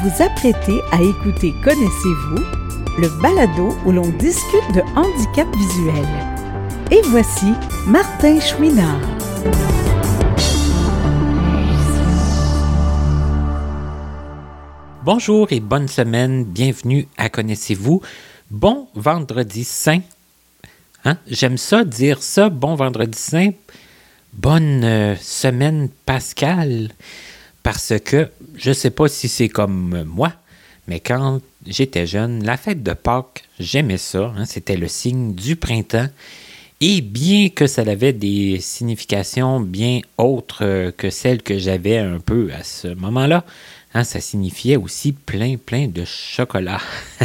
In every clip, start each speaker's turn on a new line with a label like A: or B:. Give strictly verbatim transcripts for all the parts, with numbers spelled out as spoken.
A: vous apprêtez à écouter Connaissez-vous, le balado où l'on discute de handicap visuel. Et voici Martin Chouinard.
B: Bonjour et bonne semaine, bienvenue à Connaissez-vous. Bon vendredi saint. Hein? J'aime ça, dire ça, bon vendredi saint. Bonne euh, semaine pascale. Parce que, je ne sais pas si c'est comme moi, mais quand j'étais jeune, la fête de Pâques, j'aimais ça. Hein? C'était le signe du printemps. Et bien que ça avait des significations bien autres que celles que j'avais un peu à ce moment-là, hein, ça signifiait aussi plein, plein de chocolat.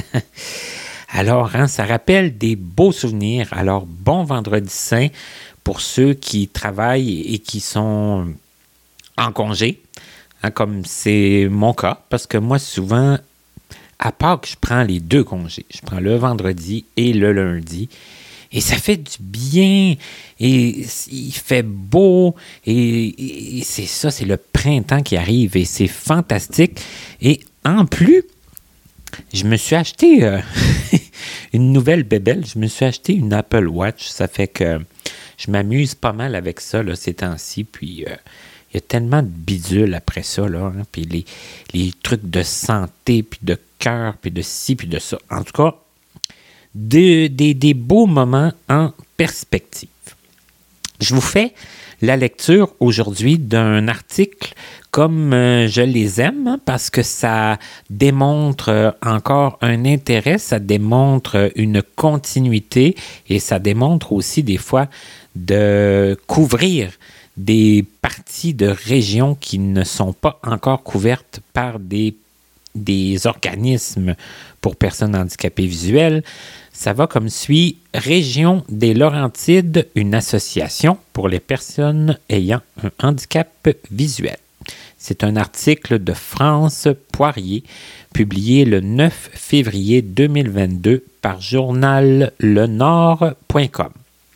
B: Alors, hein, ça rappelle des beaux souvenirs. Alors, bon vendredi saint pour ceux qui travaillent et qui sont en congé, hein, comme c'est mon cas, parce que moi, souvent, à Pâques, je prends les deux congés. Je prends le vendredi et le lundi. Et ça fait du bien, et il fait beau, et, et c'est ça, c'est le printemps qui arrive, et c'est fantastique. Et en plus, je me suis acheté euh, une nouvelle bébelle, je me suis acheté une Apple Watch. Ça fait que je m'amuse pas mal avec ça là, ces temps-ci, puis euh, il y a tellement de bidules après ça, là, hein, puis les, les trucs de santé, puis de cœur, puis de ci, puis de ça. En tout cas, Des, des, des beaux moments en perspective. Je vous fais la lecture aujourd'hui d'un article comme euh, je les aime, hein, parce que ça démontre euh, encore un intérêt, ça démontre une continuité et ça démontre aussi des fois de couvrir des parties de régions qui ne sont pas encore couvertes par des, des organismes pour personnes handicapées visuelles. Ça va comme suit. Région des Laurentides, une association pour les personnes ayant un handicap visuel. C'est un article de France Poirier, publié le neuf février deux mille vingt-deux par journal le nord point com.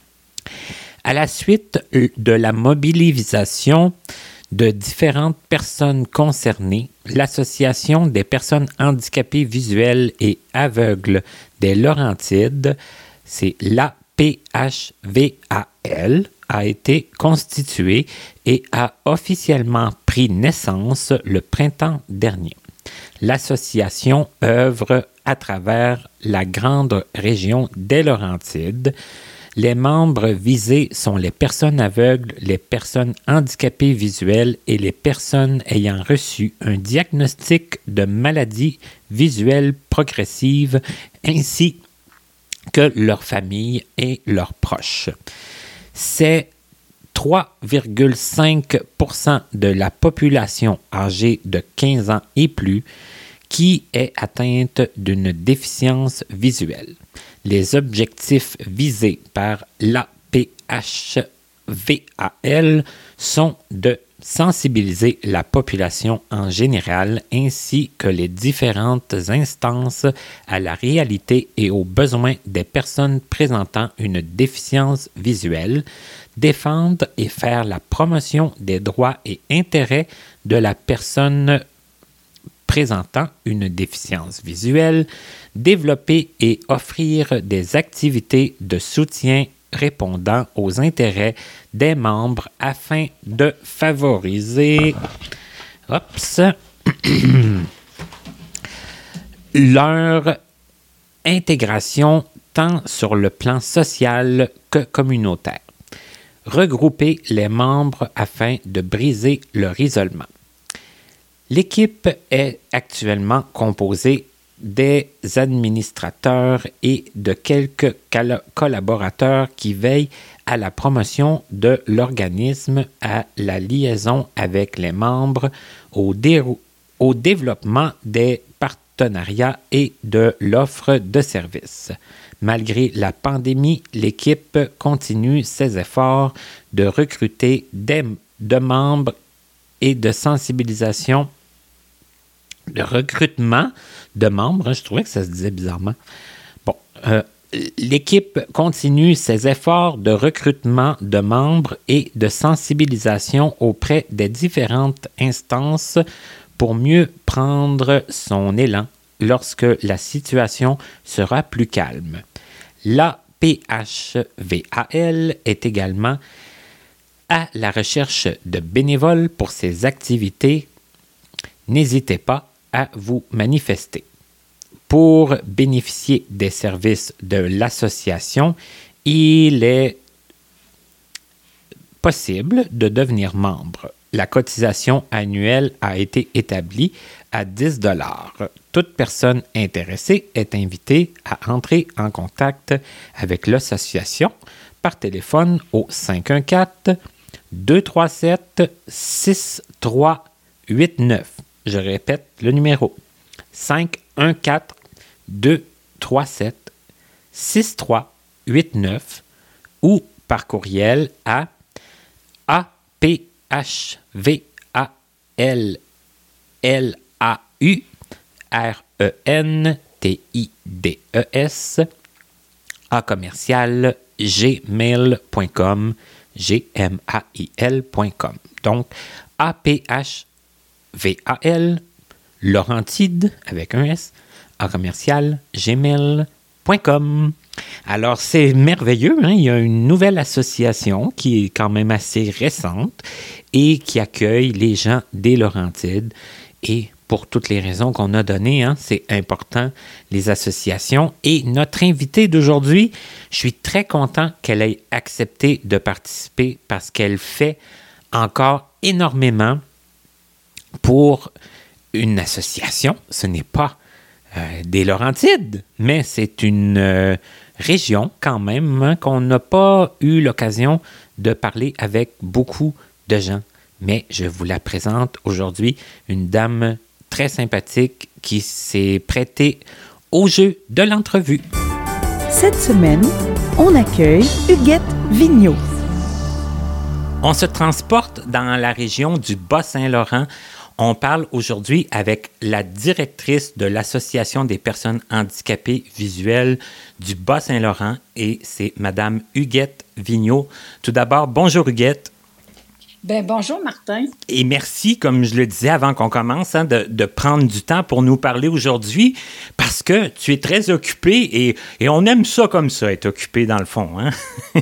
B: À la suite de la mobilisation de différentes personnes concernées, l'Association des personnes handicapées visuelles et aveugles des Laurentides, c'est l'A P H V A L, a été constituée et a officiellement pris naissance le printemps dernier. L'association œuvre à travers la grande région des Laurentides. Les membres visés sont les personnes aveugles, les personnes handicapées visuelles et les personnes ayant reçu un diagnostic de maladie visuelle progressive, ainsi que leurs familles et leurs proches. C'est trois virgule cinq pour cent de la population âgée de quinze ans et plus qui est atteinte d'une déficience visuelle. Les objectifs visés par l'A P H V A L sont de sensibiliser la population en général ainsi que les différentes instances à la réalité et aux besoins des personnes présentant une déficience visuelle, défendre et faire la promotion des droits et intérêts de la personne présentant une déficience visuelle, développer et offrir des activités de soutien répondant aux intérêts des membres afin de favoriser Oups, leur intégration tant sur le plan social que communautaire. Regrouper les membres afin de briser leur isolement. L'équipe est actuellement composée des administrateurs et de quelques col- collaborateurs qui veillent à la promotion de l'organisme, à la liaison avec les membres, au, dé- au développement des partenariats et de l'offre de services. Malgré la pandémie, l'équipe continue ses efforts de recruter des de membres et de sensibilisation de recrutement de membres, hein, je trouvais que ça se disait bizarrement. Bon, euh, l'équipe continue ses efforts de recrutement de membres et de sensibilisation auprès des différentes instances pour mieux prendre son élan lorsque la situation sera plus calme. L'A P H V A L est également à la recherche de bénévoles pour ses activités. N'hésitez pas à vous manifester. Pour bénéficier des services de l'association, il est possible de devenir membre. La cotisation annuelle a été établie à dix dollars. Toute personne intéressée est invitée à entrer en contact avec l'association par téléphone au cinq un quatre, deux trois sept, six trois huit neuf. Je répète le numéro cinq un quatre, deux trois sept, six trois huit neuf ou par courriel à A P H V A L L A U R E N T I D E S à commercial gmail point com G M A I L point com. Donc, A P H V A L Laurentide avec un S à commercial gmail point com. Alors, c'est merveilleux, hein? Il y a une nouvelle association qui est quand même assez récente et qui accueille les gens des Laurentides. Et pour toutes les raisons qu'on a données, hein, c'est important, les associations. Et notre invitée d'aujourd'hui, je suis très content qu'elle ait accepté de participer parce qu'elle fait encore énormément pour une association. Ce n'est pas euh, des Laurentides, mais c'est une euh, région quand même hein, qu'on n'a pas eu l'occasion de parler avec beaucoup de gens. Mais je vous la présente aujourd'hui, une dame très sympathique qui s'est prêtée au jeu de l'entrevue.
A: Cette semaine, on accueille Huguette Vigneault.
B: On se transporte dans la région du Bas-Saint-Laurent. On parle aujourd'hui avec la directrice de l'Association des personnes handicapées visuelles du Bas-Saint-Laurent et c'est Madame Huguette Vigneault. Tout d'abord, bonjour Huguette.
C: Ben bonjour Martin.
B: Et merci, comme je le disais avant qu'on commence, hein, de, de prendre du temps pour nous parler aujourd'hui parce que tu es très occupée et, et on aime ça comme ça, être occupé dans le fond. Hein?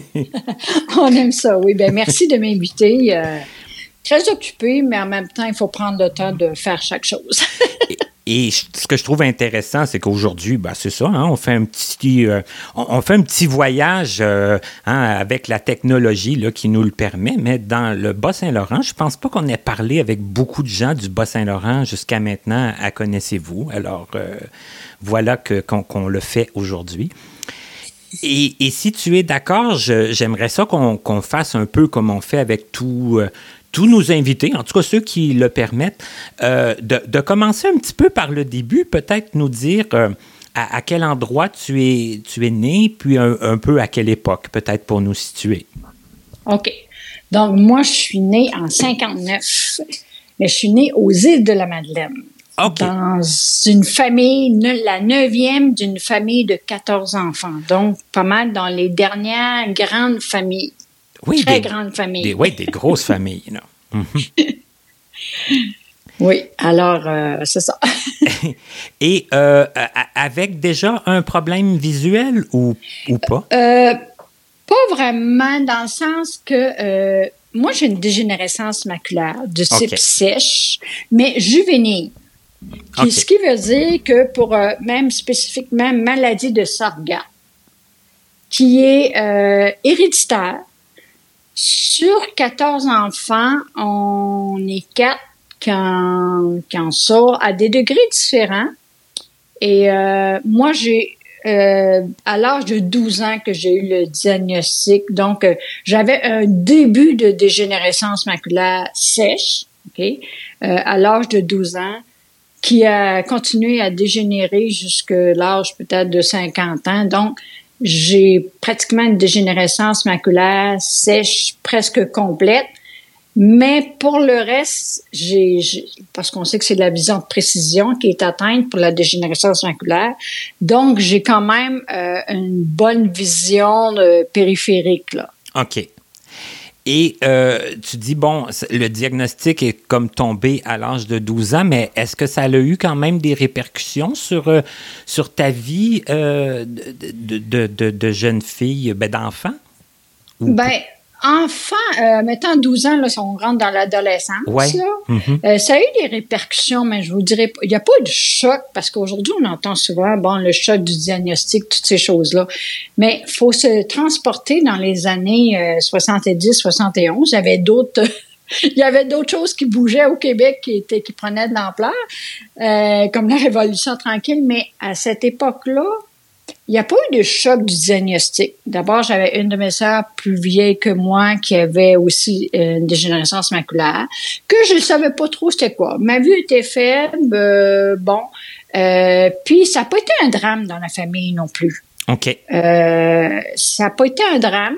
C: On aime ça, oui. Ben merci de m'inviter. Euh, très occupée, mais en même temps, il faut prendre le temps de faire chaque chose.
B: et, et ce que je trouve intéressant, c'est qu'aujourd'hui, ben, c'est ça, hein, on fait un petit, euh, on, on fait un petit voyage euh, hein, avec la technologie là, qui nous le permet, mais dans le Bas-Saint-Laurent, je ne pense pas qu'on ait parlé avec beaucoup de gens du Bas-Saint-Laurent jusqu'à maintenant à Connaissez-vous. Alors, euh, voilà que, qu'on, qu'on le fait aujourd'hui. Et, et si tu es d'accord, je, j'aimerais ça qu'on, qu'on fasse un peu comme on fait avec tout... Euh, tous nos invités, en tout cas ceux qui le permettent, euh, de, de commencer un petit peu par le début, peut-être nous dire euh, à, à quel endroit tu es, tu es né, puis un, un peu à quelle époque, peut-être pour nous situer.
C: OK. Donc, moi, je suis née en cinquante-neuf, mais je suis née aux îles de la Madeleine.
B: OK.
C: Dans une famille, la neuvième d'une famille de quatorze enfants. Donc, pas mal dans les dernières grandes familles.
B: Oui,
C: Très
B: des,
C: grande famille.
B: Des, oui, des grosses familles. Là. Mm-hmm.
C: Oui, alors, euh, c'est ça.
B: Et euh, avec déjà un problème visuel ou, ou pas?
C: Euh, pas vraiment, dans le sens que euh, moi, j'ai une dégénérescence maculaire de type okay. sèche, mais juvénile. Puis, okay. Ce qui veut dire que pour euh, même spécifiquement maladie de Stargardt, qui est euh, héréditaire, sur quatorze enfants, on est quatre qui en, qui en sortent à des degrés différents. Et euh, moi, j'ai euh, à l'âge de douze ans que j'ai eu le diagnostic. Donc, euh, j'avais un début de dégénérescence maculaire sèche, ok, euh, à l'âge de douze ans, qui a continué à dégénérer jusqu'à l'âge peut-être de cinquante ans. Donc, j'ai pratiquement une dégénérescence maculaire sèche presque complète. Mais pour le reste, j'ai, j'ai parce qu'on sait que c'est la vision de précision qui est atteinte pour la dégénérescence maculaire. Donc, j'ai quand même euh, une bonne vision euh, périphérique, là.
B: OK. Et euh, tu dis, bon, le diagnostic est comme tombé à l'âge de douze ans, mais est-ce que ça a eu quand même des répercussions sur, euh, sur ta vie euh, de, de, de, de jeune fille, ben, d'enfant? Ou...
C: Ben, enfant, euh, mettons douze ans, là, si on rentre dans l'adolescence,
B: ouais.
C: là,
B: mm-hmm.
C: euh, ça a eu des répercussions, mais je vous dirais, il n'y a pas eu de choc, parce qu'aujourd'hui, on entend souvent, bon, le choc du diagnostic, toutes ces choses-là. Mais il faut se transporter dans les années euh, soixante-dix, soixante et onze. Il y avait d'autres... Il y avait d'autres choses qui bougeaient au Québec qui étaient, qui prenaient de l'ampleur, euh, comme la Révolution tranquille, mais à cette époque-là, il n'y a pas eu de choc du diagnostic. D'abord, j'avais une de mes sœurs plus vieille que moi qui avait aussi une dégénérescence maculaire, que je ne savais pas trop c'était quoi. Ma vue était faible, euh, bon, euh, puis ça n'a pas été un drame dans la famille non plus.
B: OK.
C: Euh, ça n'a pas été un drame.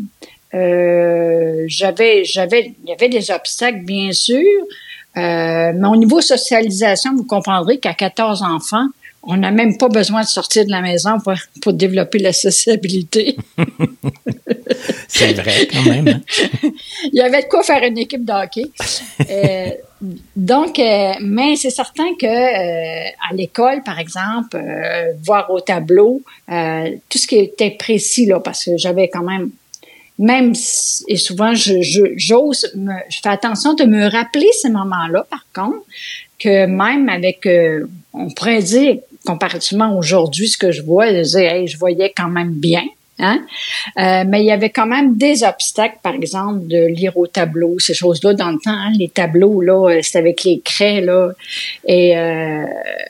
C: Euh, j'avais, j'avais, il y avait des obstacles, bien sûr, euh, mais au niveau socialisation, vous comprendrez qu'à quatorze enfants, on n'a même pas besoin de sortir de la maison pour, pour développer la sociabilité.
B: C'est vrai, quand même. Hein?
C: Il y avait de quoi faire une équipe de hockey. Euh, donc, euh, mais c'est certain que euh, à l'école, par exemple, euh, voir au tableau, euh, tout ce qui était précis, là, parce que j'avais quand même, même, et souvent, je, je, j'ose, me, je fais attention de me rappeler ces moments-là, par contre, que même avec, euh, on pourrait dire, comparativement aujourd'hui, ce que je vois, je disais, hey, je voyais quand même bien, hein. Euh, mais il y avait quand même des obstacles, par exemple, de lire au tableau, ces choses-là dans le temps, hein, les tableaux, là, c'était avec les craies, là. Et, euh,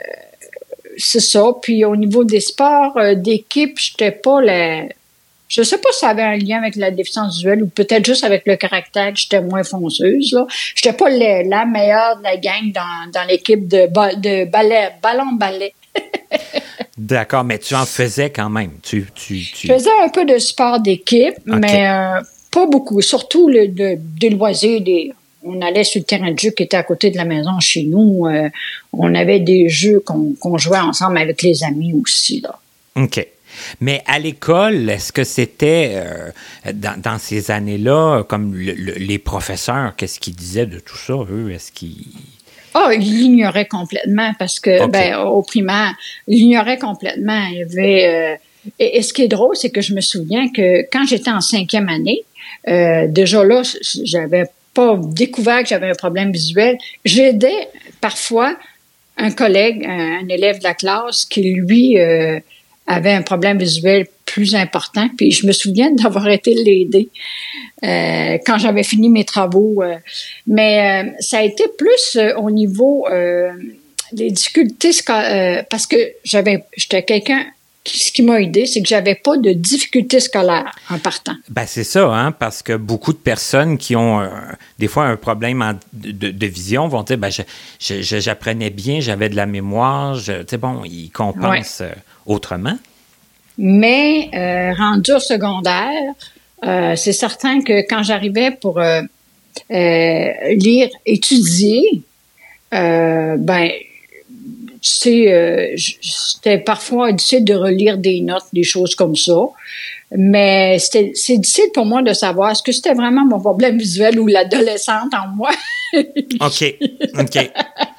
C: c'est ça. Puis au niveau des sports, euh, d'équipe, j'étais pas la... Je sais pas si ça avait un lien avec la déficience visuelle ou peut-être juste avec le caractère que j'étais moins fonceuse, là. J'étais pas la, la meilleure de la gang dans, dans l'équipe de, ba, de ballet, ballon-ballet.
B: D'accord, mais tu en faisais quand même. Tu, tu, tu...
C: Je faisais un peu de sport d'équipe, okay. mais euh, pas beaucoup. Surtout le, de, des loisirs. Des, on allait sur le terrain de jeu qui était à côté de la maison chez nous. Euh, on avait des jeux qu'on, qu'on jouait ensemble avec les amis aussi, là.
B: OK. Mais à l'école, est-ce que c'était, euh, dans, dans ces années-là, comme le, le, les professeurs, qu'est-ce qu'ils disaient de tout ça, eux? Est-ce qu'ils...
C: Ah, oh, ils l'ignoraient complètement parce que, okay. ben, au primaire, ils l'ignoraient complètement. Il y avait... Euh, et, et ce qui est drôle, c'est que je me souviens que quand j'étais en cinquième année, euh, déjà là, j'avais pas découvert que j'avais un problème visuel. J'aidais parfois un collègue, un, un élève de la classe qui, lui... Euh, avait un problème visuel plus important, puis je me souviens d'avoir été l'aider euh, quand j'avais fini mes travaux. Euh, mais euh, ça a été plus euh, au niveau euh, des difficultés, euh, parce que j'avais, j'étais quelqu'un, ce qui m'a aidé, c'est que j'avais pas de difficultés scolaires en partant.
B: Ben c'est ça, hein, parce que beaucoup de personnes qui ont euh, des fois un problème en, de, de vision vont dire, ben je, je, j'apprenais bien, j'avais de la mémoire, tu sais bon, ils compensent ouais. euh, autrement.
C: Mais euh, rendu au secondaire, euh, c'est certain que quand j'arrivais pour euh, euh, lire, étudier, euh, ben tu sais, euh, c'était parfois difficile de relire des notes, des choses comme ça. Mais c'était, c'est difficile pour moi de savoir est-ce que c'était vraiment mon problème visuel ou l'adolescente en moi.
B: OK. OK.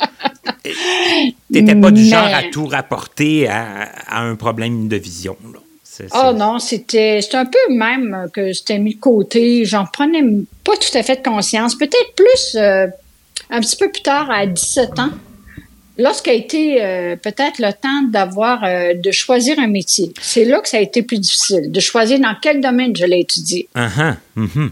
B: T'étais pas du mais... genre à tout rapporter à, à un problème de vision, là. C'est, c'est...
C: Oh non, c'était, c'était un peu même que c'était mis de côté. J'en prenais pas tout à fait de conscience. Peut-être plus, euh, un petit peu plus tard, à dix-sept ans. Lorsqu'a été euh, peut-être le temps d'avoir euh, de choisir un métier, c'est là que ça a été plus difficile, de choisir dans quel domaine je l'ai étudié.
B: Uh-huh. Mm-hmm.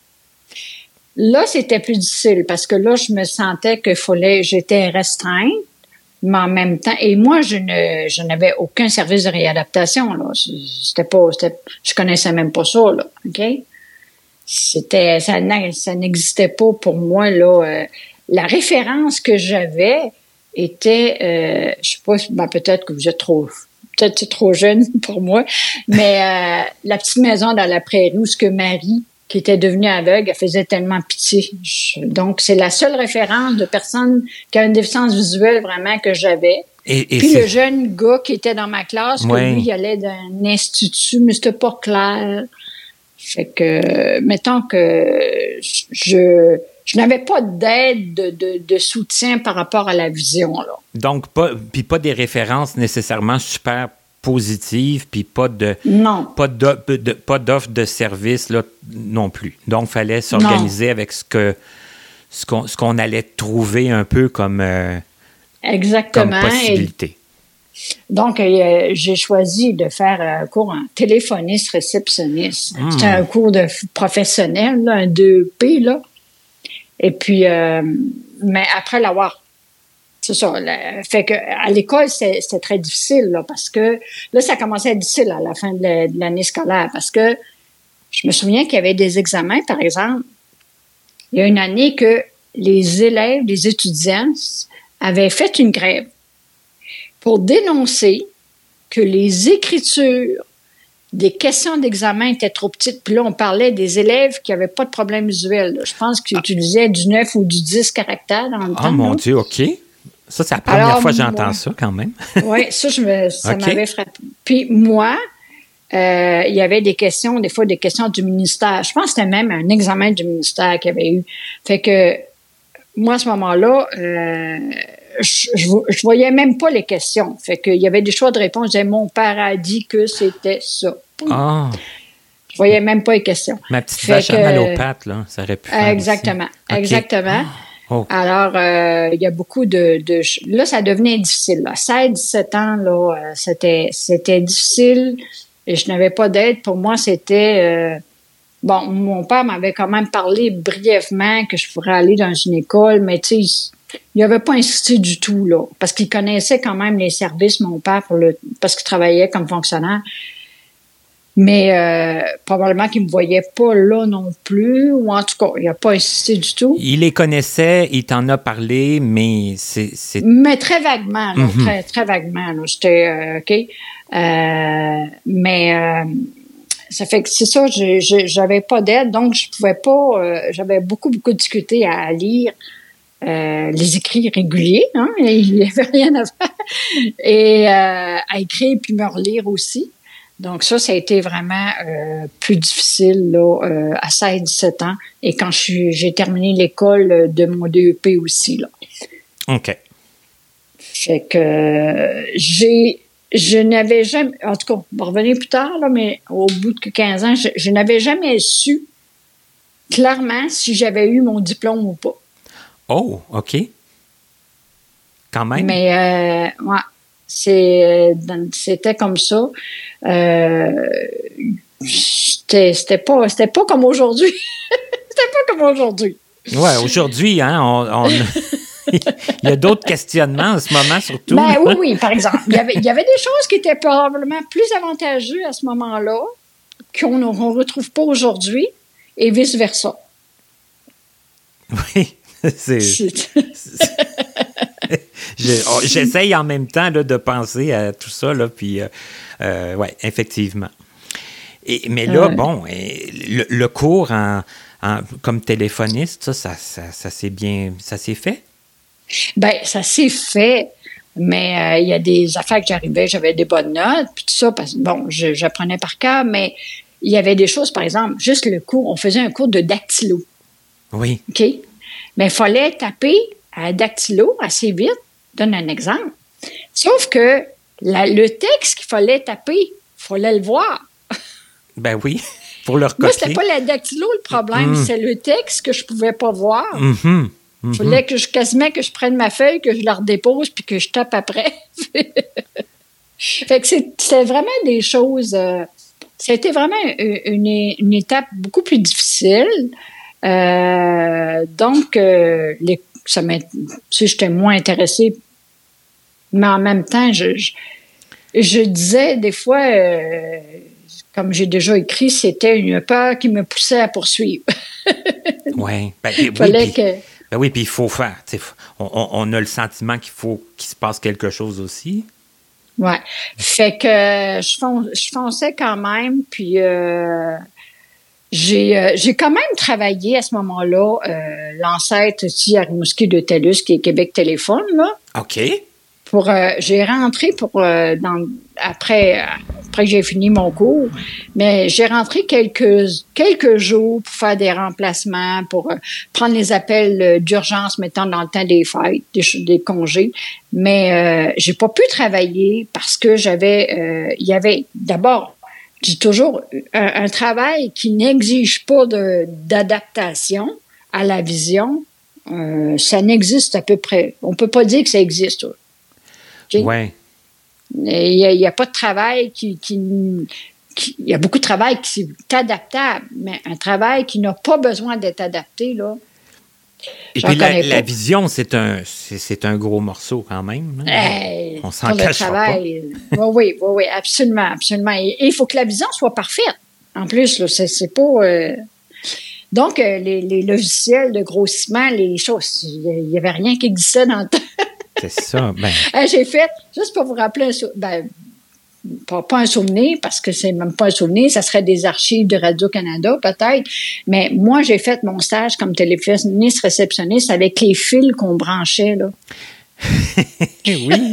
C: Là, c'était plus difficile parce que là, je me sentais qu'il fallait, j'étais restreinte, mais en même temps, et moi, je ne, je n'avais aucun service de réadaptation, là. C'était pas, c'était, je connaissais même pas ça, là. OK? C'était, ça, ça n'existait pas pour moi, là. Euh, la référence que j'avais était, euh, je sais pas, ben, peut-être que vous êtes trop, peut-être trop jeune pour moi, mais, euh, la petite maison dans la prairie où ce que Marie, qui était devenue aveugle, elle faisait tellement pitié. Je, donc, c'est la seule référence de personne qui a une déficience visuelle vraiment que j'avais. Et, et Puis c'est... le jeune gars qui était dans ma classe, ouais. que lui, il allait d'un institut, mais c'était pas clair. Fait que, mettons que je, je n'avais pas d'aide de, de, de soutien par rapport à la vision, là.
B: Donc, pas, puis pas des références nécessairement super positives, puis pas de,
C: non.
B: pas de, de, pas d'offre de service, là, non plus. Donc, il fallait s'organiser non. avec ce que, ce qu'on, ce qu'on allait trouver un peu comme, euh,
C: Exactement.
B: comme possibilité.
C: Et donc, euh, j'ai choisi de faire un cours en téléphoniste réceptionniste. Mmh. C'était un cours de professionnel, là, un deux P, là. Et puis, euh, mais après l'avoir, c'est ça, là, fait que à l'école, c'était, c'était très difficile, là, parce que là, ça commençait à être difficile à la fin de, la, de l'année scolaire, parce que je me souviens qu'il y avait des examens, par exemple. Il y a une année que les élèves, les étudiants avaient fait une grève pour dénoncer que les écritures des questions d'examen étaient trop petites. Puis là, on parlait des élèves qui n'avaient pas de problème visuel. Là. Je pense qu'ils ah. utilisaient du neuf ou du dix caractères dans le
B: ah,
C: temps.
B: Ah, mon
C: là.
B: Dieu, OK. Ça, c'est la première Alors, fois que j'entends moi, ça, quand même.
C: Oui, ça, je me, ça
B: okay.
C: m'avait frappé. Puis moi, euh, il y avait des questions, des fois des questions du ministère. Je pense que c'était même un examen du ministère qu'il y avait eu. Fait que moi, à ce moment-là, euh, je, je, je voyais même pas les questions. Fait qu'il y avait des choix de réponse. Je disais, mon père a dit que c'était ça.
B: Ah.
C: Je voyais même pas les questions.
B: Ma petite fait vache que, à mal aux pattes, là, ça aurait pu faire
C: Exactement,
B: aussi.
C: exactement.
B: Okay. Oh.
C: Alors, euh, il y a beaucoup de, de... Là, ça devenait difficile. Là. seize dix-sept ans, là, euh, c'était, c'était difficile et je n'avais pas d'aide. Pour moi, c'était... Euh, bon, mon père m'avait quand même parlé brièvement que je pourrais aller dans une école, mais tu sais, il n'avait pas insisté du tout, là, parce qu'il connaissait quand même les services, mon père, pour le, parce qu'il travaillait comme fonctionnaire. Mais euh, probablement qu'il ne me voyait pas là non plus, ou en tout cas, il n'a pas insisté du tout.
B: Il les connaissait, il t'en a parlé, mais c'est... c'est...
C: Mais très vaguement, là, mm-hmm. très, très vaguement. Là, j'étais euh, OK. Euh, mais euh, ça fait que c'est ça, je, je, j'avais pas d'aide, donc je pouvais pas... Euh, j'avais beaucoup, beaucoup de difficultés à lire euh, les écrits réguliers. Hein, il n'y avait rien à faire. Et euh, à écrire puis me relire aussi. Donc ça, ça a été vraiment euh, plus difficile là, euh, à seize dix-sept ans. Et quand je suis, j'ai terminé l'école de mon D E P aussi. Là.
B: OK.
C: Fait que euh, j'ai, je n'avais jamais, en tout cas, on va revenir plus tard, là, mais au bout de quinze ans, je, je n'avais jamais su clairement si j'avais eu mon diplôme ou pas.
B: Oh, OK. Quand même.
C: Mais, euh, ouais. C'est, c'était comme ça. Euh, c'était, c'était pas, c'était pas comme aujourd'hui. C'était pas comme aujourd'hui.
B: Ouais, aujourd'hui, hein, on, on il y a d'autres questionnements en ce moment, surtout.
C: Ben oui, oui, par exemple. Il y avait, il y avait des choses qui étaient probablement plus avantageuses à ce moment-là, qu'on ne retrouve pas aujourd'hui, et vice-versa.
B: Oui, c'est... c'est... Je, j'essaye en même temps là, de penser à tout ça, là, puis euh, euh, oui, effectivement. Et, mais là, ouais. bon, le, le cours en, en, comme téléphoniste, ça, ça, ça, ça s'est bien, ça s'est fait?
C: Bien, ça s'est fait, mais il euh, y a des affaires que j'arrivais, j'avais des bonnes notes, puis tout ça, parce que, bon, je, j'apprenais par cœur, mais il y avait des choses, par exemple, juste le cours, on faisait un cours de dactylo.
B: Oui.
C: OK? Mais il fallait taper à dactylo assez vite. Donne un exemple. Sauf que la, le texte qu'il fallait taper, il fallait le voir.
B: Ben oui, pour le recopier.
C: Moi, c'était pas la dactylo le problème, mm. c'est le texte que je pouvais pas voir. Il
B: mm-hmm. mm-hmm.
C: fallait que je, quasiment que je prenne ma feuille, que je la redépose, puis que je tape après. Fait que c'est, c'était vraiment des choses... Euh, c'était vraiment une, une étape beaucoup plus difficile. Euh, donc, euh, les, ça m'a, tu sais, j'étais moins intéressée. Mais en même temps, je, je, je disais des fois, euh, comme j'ai déjà écrit, c'était une peur qui me poussait à poursuivre.
B: Ouais. Ben, oui,
C: Fallait
B: puis,
C: que...
B: ben oui, puis il faut faire. On, on a le sentiment qu'il faut qu'il se passe quelque chose aussi.
C: Ouais. Fait que je, fon, je fonçais quand même, puis euh, j'ai, euh, j'ai quand même travaillé à ce moment-là, euh, l'ancêtre ici à Rimouski de TELUS, qui est Québec Téléphone, là.
B: OK.
C: pour euh, j'ai rentré pour euh, dans après après que j'ai fini mon cours, mais j'ai rentré quelques quelques jours pour faire des remplacements, pour euh, prendre les appels euh, d'urgence, mettons dans le temps des fêtes, des, des congés, mais euh, j'ai pas pu travailler parce que j'avais euh, il y avait d'abord je dis toujours un, un travail qui n'exige pas de d'adaptation à la vision, euh, ça n'existe à peu près. On peut pas dire que ça existe. Okay?
B: Ouais.
C: Il n'y a, a pas de travail qui, qui, qui... Il y a beaucoup de travail qui est adaptable, mais un travail qui n'a pas besoin d'être adapté, là.
B: Et puis la, la vision, c'est un, c'est, c'est un gros morceau quand même. Hein?
C: Hey,
B: on s'en cache pas.
C: Oui, oui, oui, oui, absolument, absolument. Et il faut que la vision soit parfaite. En plus, là, c'est, c'est pas... Euh... Donc, euh, les, les logiciels de grossissement, les choses, il n'y avait rien qui existait dans le temps.
B: C'est ça. Ben.
C: euh, j'ai fait, juste pour vous rappeler, un sou- ben, pas, pas un souvenir, parce que c'est même pas un souvenir, ça serait des archives de Radio-Canada, peut-être, mais moi, j'ai fait mon stage comme téléphoniste réceptionniste avec les fils qu'on branchait, là.
B: Oui.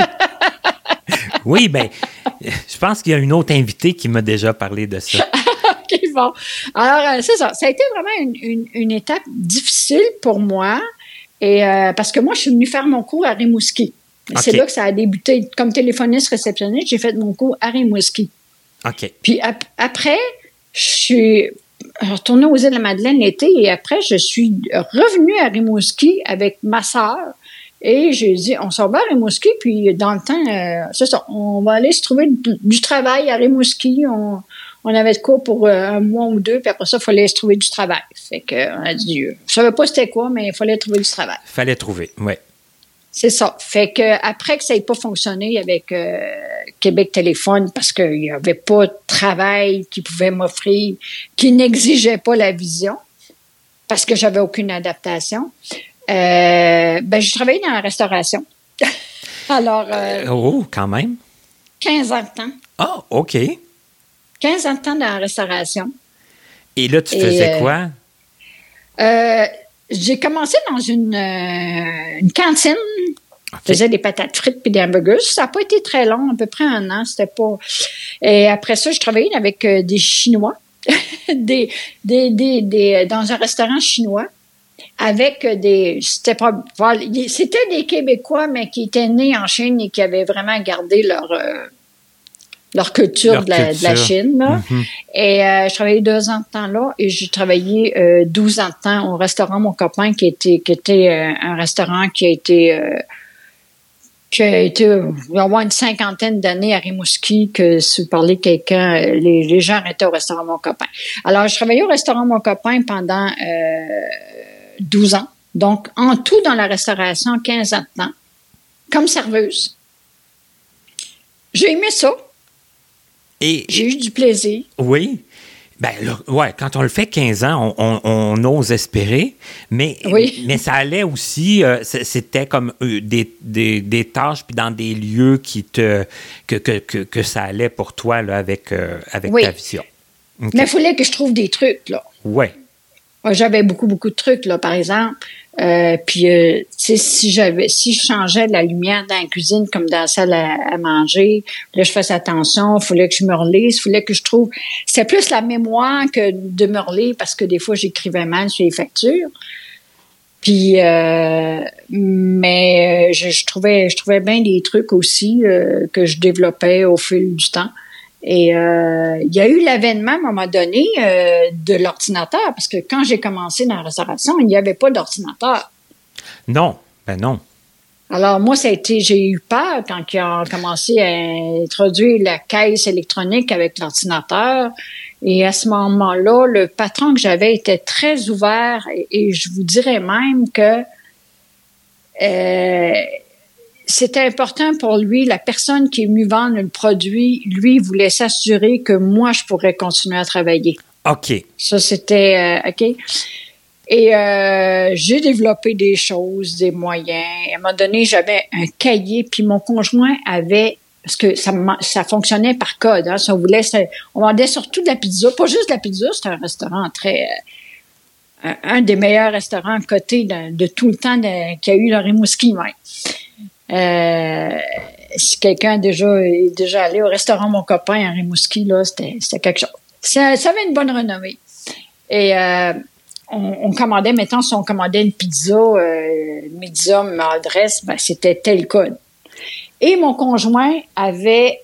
B: Oui, ben, je pense qu'il y a une autre invitée qui m'a déjà parlé de ça.
C: OK, bon. Alors, euh, c'est ça. Ça a été vraiment une, une, une étape difficile pour moi. Et euh, parce que moi, je suis venue faire mon cours à Rimouski. Okay. C'est là que ça a débuté. Comme téléphoniste réceptionniste, j'ai fait mon cours à Rimouski.
B: OK.
C: Puis ap- après, je suis retournée aux îles de la Madeleine l'été et après, je suis revenue à Rimouski avec ma sœur. Et j'ai dit, on s'en va à Rimouski, puis dans le temps, euh, c'est ça, on va aller se trouver du, du travail à Rimouski. On, on avait de quoi pour euh, un mois ou deux, puis après ça, il fallait se trouver du travail. Fait que, on a dit, euh, je savais pas c'était quoi, mais il fallait trouver du travail.
B: Fallait trouver, oui.
C: C'est ça. Fait que après que ça n'ait pas fonctionné avec euh, Québec Téléphone, parce qu'il n'y avait pas de travail qui pouvait m'offrir, qui n'exigeait pas la vision, parce que j'avais aucune adaptation, euh, ben j'ai travaillé dans la restauration. Alors... Euh,
B: oh, quand même.
C: quinze ans de temps.
B: Ah, oh, OK.
C: quinze ans de temps dans la restauration.
B: Et là, tu faisais euh, quoi?
C: Euh, j'ai commencé dans une, euh, une cantine. Okay. Je faisais des patates frites puis des hamburgers. Ça n'a pas été très long, à peu près un an. C'était pas... Et après ça, je travaillais avec euh, des Chinois, des, des, des, des, dans un restaurant chinois, avec des... C'était, pas, c'était des Québécois, mais qui étaient nés en Chine et qui avaient vraiment gardé leur... Euh, leur culture, leur de, la, culture. de la Chine. Là. Mm-hmm. Et euh, je travaillais deux ans de temps là et j'ai travaillé euh, douze ans de temps au restaurant Mon Copain, qui était, qui était euh, un restaurant qui a été... Euh, qui a été, il y a au moins une cinquantaine d'années à Rimouski, que si vous parlez de quelqu'un, les, les gens étaient au restaurant Mon Copain. Alors, je travaillais au restaurant Mon Copain pendant euh, douze ans. Donc, en tout, dans la restauration, quinze ans de temps, comme serveuse. J'ai aimé ça.
B: Et,
C: J'ai eu du plaisir.
B: Oui. Ben, là, ouais, quand on le fait quinze ans, on, on, on ose espérer, mais,
C: oui.
B: mais ça allait aussi, euh, c'était comme euh, des, des, des tâches puis dans des lieux qui te, que, que, que, que ça allait pour toi là, avec, euh, avec
C: oui.
B: ta vision. Okay.
C: Mais il fallait que je trouve des trucs, là.
B: Oui.
C: J'avais beaucoup, beaucoup de trucs, là, par exemple. Euh, puis, euh, tu sais, si j'avais, si je changeais de la lumière dans la cuisine comme dans la salle à, à manger, là, je faisais attention, il fallait que je me relise, il fallait que je trouve... C'était plus la mémoire que de me relire, parce que des fois, j'écrivais mal sur les factures. Puis, euh, mais je, je trouvais je trouvais bien des trucs aussi euh, que je développais au fil du temps. Et euh, il y a eu l'avènement, à un moment donné, euh, de l'ordinateur, parce que quand j'ai commencé dans la restauration, il n'y avait pas d'ordinateur.
B: Non, ben non.
C: Alors, moi, ça a été, j'ai eu peur quand ils ont commencé à introduire la caisse électronique avec l'ordinateur. Et à ce moment-là, le patron que j'avais était très ouvert et, et je vous dirais même que euh, c'était important pour lui, la personne qui est venue vendre le produit, lui, il voulait s'assurer que moi, je pourrais continuer à travailler.
B: OK.
C: Ça, c'était euh, OK. Et euh, j'ai développé des choses, des moyens. À un moment donné, j'avais un cahier, puis mon conjoint avait... Parce que ça, ça fonctionnait par code. Hein, si on voulait... On vendait surtout de la pizza. Pas juste de la pizza, c'était un restaurant très... Euh, un des meilleurs restaurants cotés de, de tout le temps de, qu'il y a eu dans Rimouski, même. Euh, si quelqu'un déjà, est déjà allé au restaurant Mon Copain à Rimouski, là, c'était, c'était quelque chose. Ça, ça avait une bonne renommée. Et euh, on, on commandait, mettons, si on commandait une pizza euh, médium adresse, ben, c'était tel code. Et mon conjoint avait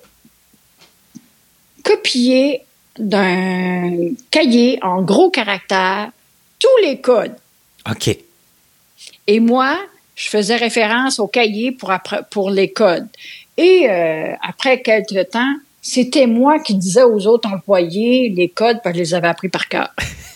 C: copié d'un cahier en gros caractères tous les codes.
B: OK.
C: Et moi, je faisais référence au cahier pour, après, pour les codes. Et euh, après quelques temps, c'était moi qui disais aux autres employés les codes, parce que je les avais appris par cœur.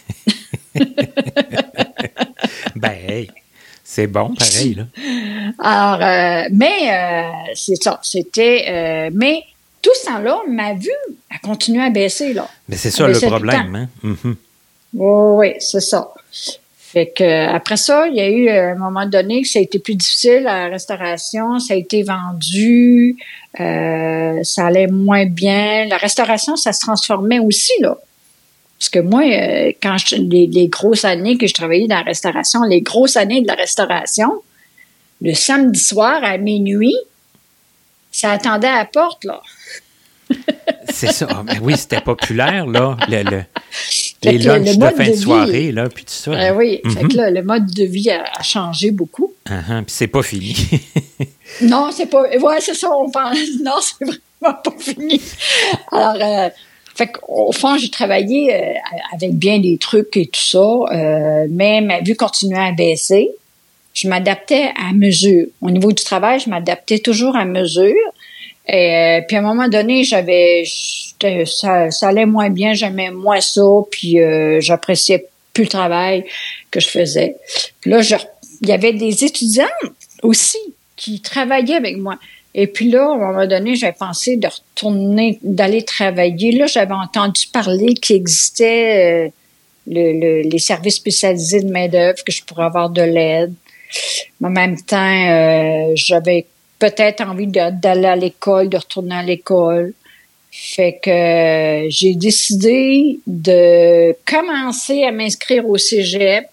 B: Ben, hey, c'est bon, pareil, là.
C: Alors, euh, mais euh, c'est ça, c'était... Euh, mais tout ce temps-là, ma vue a continué à baisser, là.
B: Mais c'est ça le problème, hein? Mm-hmm.
C: Oui, oui, c'est ça. Fait que après ça, il y a eu à un moment donné que ça a été plus difficile à la restauration, ça a été vendu, euh, ça allait moins bien. La restauration, ça se transformait aussi, là. Parce que moi, euh, quand je, les, les grosses années que je travaillais dans la restauration, les grosses années de la restauration, le samedi soir à minuit, ça attendait à la porte, là.
B: C'est ça. Ah, ben oui, c'était populaire, là. Le, le, les
C: le,
B: lunchs
C: le
B: de fin de,
C: de
B: soirée, là, puis tout ça.
C: Euh, oui,
B: mm-hmm.
C: Fait que là, le mode de vie a, a changé beaucoup.
B: Uh-huh, puis c'est pas fini.
C: Non, c'est pas... Ouais, c'est ça, on pense. Non, c'est vraiment pas fini. Alors, euh, fait qu'au fond, j'ai travaillé euh, avec bien des trucs et tout ça, euh, mais ma vue continuait à baisser. Je m'adaptais à mesure. Au niveau du travail, je m'adaptais toujours à mesure. Et puis à un moment donné, j'avais, ça, ça allait moins bien, j'aimais moins ça, puis euh, j'appréciais plus le travail que je faisais. Puis là, je, il y avait des étudiants aussi qui travaillaient avec moi. Et puis là, à un moment donné, j'avais pensé de retourner, d'aller travailler. Là, j'avais entendu parler qu'il existait euh, le, le, les services spécialisés de main-d'œuvre, que je pourrais avoir de l'aide. Mais en même temps, euh, j'avais peut-être envie de, d'aller à l'école, de retourner à l'école. Fait que euh, j'ai décidé de commencer à m'inscrire au cégep,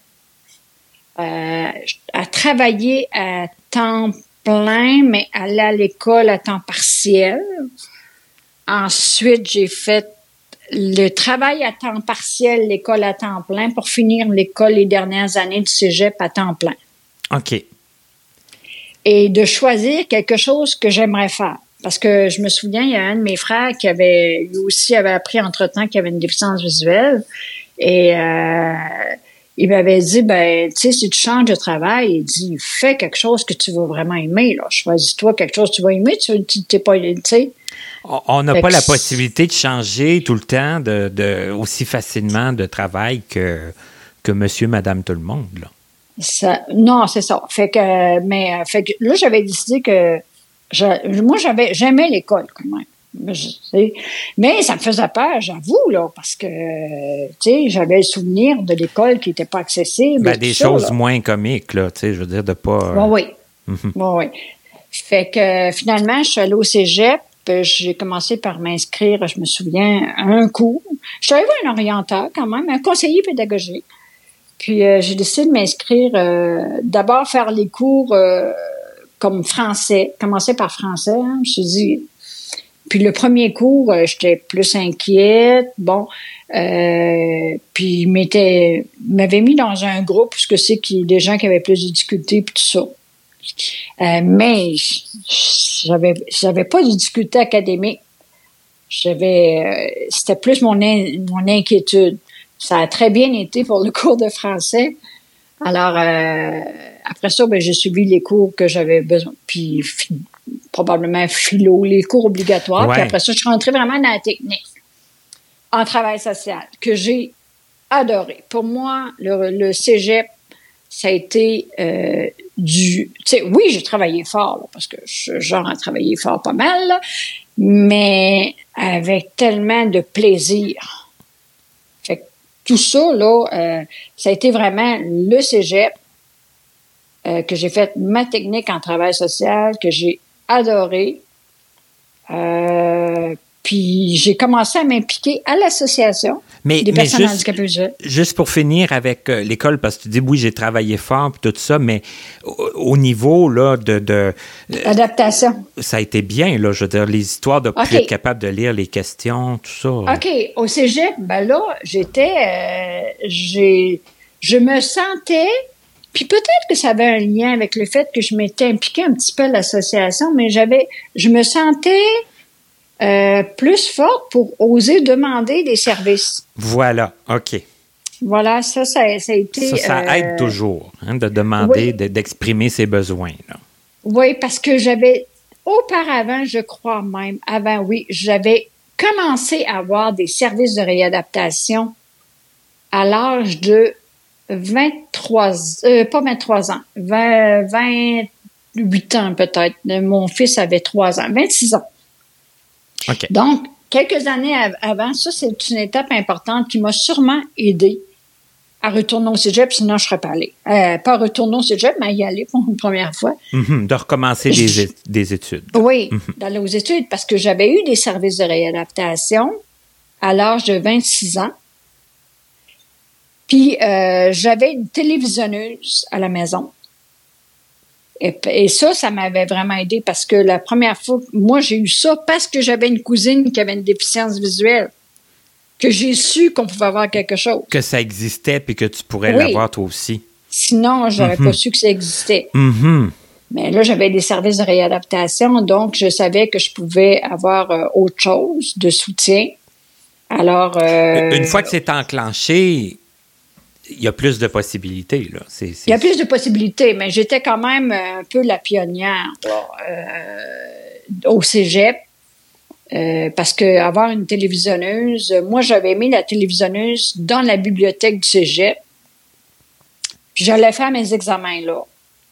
C: euh, à travailler à temps plein, mais aller à l'école à temps partiel. Ensuite, j'ai fait le travail à temps partiel, l'école à temps plein, pour finir l'école les dernières années du cégep à temps plein.
B: OK.
C: Et de choisir quelque chose que j'aimerais faire. Parce que je me souviens, il y a un de mes frères qui avait, lui aussi avait appris entre-temps qu'il avait une déficience visuelle. Et euh, il m'avait dit, ben, tu sais, si tu changes de travail, il dit, fais quelque chose que tu vas vraiment aimer, là. Choisis-toi quelque chose que tu vas aimer, tu t'es pas, tu sais.
B: On n'a pas la possibilité de changer tout le temps de, de, aussi facilement de travail que, que monsieur, madame, tout le monde, là.
C: Ça, non, c'est ça. Fait que, mais, fait que là, j'avais décidé que, je, moi, j'avais, j'aimais l'école, quand même. Je, mais ça me faisait peur, j'avoue, là, parce que, tu sais, j'avais le souvenir de l'école qui n'était pas accessible.
B: Ben, des
C: ça,
B: choses
C: là.
B: moins comiques, là, tu sais, je veux dire, de pas... Euh...
C: Bon, oui.
B: Mm-hmm.
C: Bon, oui. Fait que, finalement, je suis allée au cégep. J'ai commencé par m'inscrire, je me souviens, à un cours. Je suis allée voir un orienteur, quand même, un conseiller pédagogique. Puis, euh, j'ai décidé de m'inscrire, euh, d'abord faire les cours euh, comme français, commencer par français. Hein, je me suis dit... Puis, le premier cours, euh, j'étais plus inquiète. Bon, euh, puis, il m'était, il m'avait mis dans un groupe, parce que c'est qu'il y a des gens qui avaient plus de difficultés, puis tout ça. Euh, mais j'avais, j'avais pas de difficultés académiques. J'avais, euh, c'était plus mon, in, mon inquiétude. Ça a très bien été pour le cours de français. Alors, euh, après ça, ben, j'ai suivi les cours que j'avais besoin. Puis, fi, probablement philo, les cours obligatoires.
B: Ouais.
C: Puis après ça, je suis rentrée vraiment dans la technique en travail social, que j'ai adoré. Pour moi, le, le cégep, ça a été euh, du... Tu sais, oui, j'ai travaillé fort, là, parce que je suis genre à travailler fort pas mal, là, mais avec tellement de plaisir. Fait que tout ça, là, euh, ça a été vraiment le cégep, euh, que j'ai fait ma technique en travail social, que j'ai adoré. Euh, Puis j'ai commencé à m'impliquer à l'association
B: mais,
C: des
B: mais
C: personnes
B: juste,
C: handicapées visuelles.
B: Juste pour finir avec euh, l'école, parce que tu dis, oui, j'ai travaillé fort, puis tout ça, mais au, au niveau là, de... de
C: L'adaptation.
B: Euh, ça a été bien, là, je veux dire, les histoires de
C: okay.
B: plus être capable de lire les questions, tout ça.
C: OK. Au cégep, ben là, j'étais... Euh, j'ai, je me sentais... Puis peut-être que ça avait un lien avec le fait que je m'étais impliquée un petit peu à l'association, mais j'avais... Je me sentais... Euh, plus forte pour oser demander des services.
B: Voilà, OK.
C: Voilà, ça, ça, ça a été...
B: Ça, ça
C: euh,
B: aide toujours, hein, de demander,
C: oui.
B: de, d'exprimer ses besoins. Là.
C: Oui, parce que j'avais, auparavant, je crois même, avant, oui, j'avais commencé à avoir des services de réadaptation à l'âge de vingt-trois, euh, pas vingt-trois ans, vingt, vingt-huit ans peut-être. Mon fils avait trois ans, vingt-six ans.
B: Okay.
C: Donc, quelques années av- avant, ça, c'est une étape importante qui m'a sûrement aidé à retourner au cégep, sinon je ne serais pas allée. Euh, pas retourner au cégep, mais y aller pour une première fois.
B: Mm-hmm, de recommencer je, des, é- des études.
C: Oui,
B: mm-hmm.
C: d'aller aux études, parce que j'avais eu des services de réadaptation à l'âge de vingt-six ans. Puis, euh, j'avais une télévisionneuse à la maison. Et, et ça, ça m'avait vraiment aidé parce que la première fois, moi, j'ai eu ça parce que j'avais une cousine qui avait une déficience visuelle, que j'ai su qu'on pouvait avoir quelque chose.
B: Que ça existait puis que tu pourrais
C: oui.
B: l'avoir toi aussi.
C: Sinon, j'aurais mm-hmm. pas su que ça existait.
B: Mm-hmm.
C: Mais là, j'avais des services de réadaptation, donc je savais que je pouvais avoir euh, autre chose de soutien. Alors... Euh,
B: une fois que c'est enclenché... Il y a plus de possibilités, là. C'est, c'est...
C: Il y a plus de possibilités, mais j'étais quand même un peu la pionnière là, euh, au cégep, euh, parce que avoir une télévisionneuse, moi, j'avais mis la télévisionneuse dans la bibliothèque du cégep, puis j'allais faire mes examens là.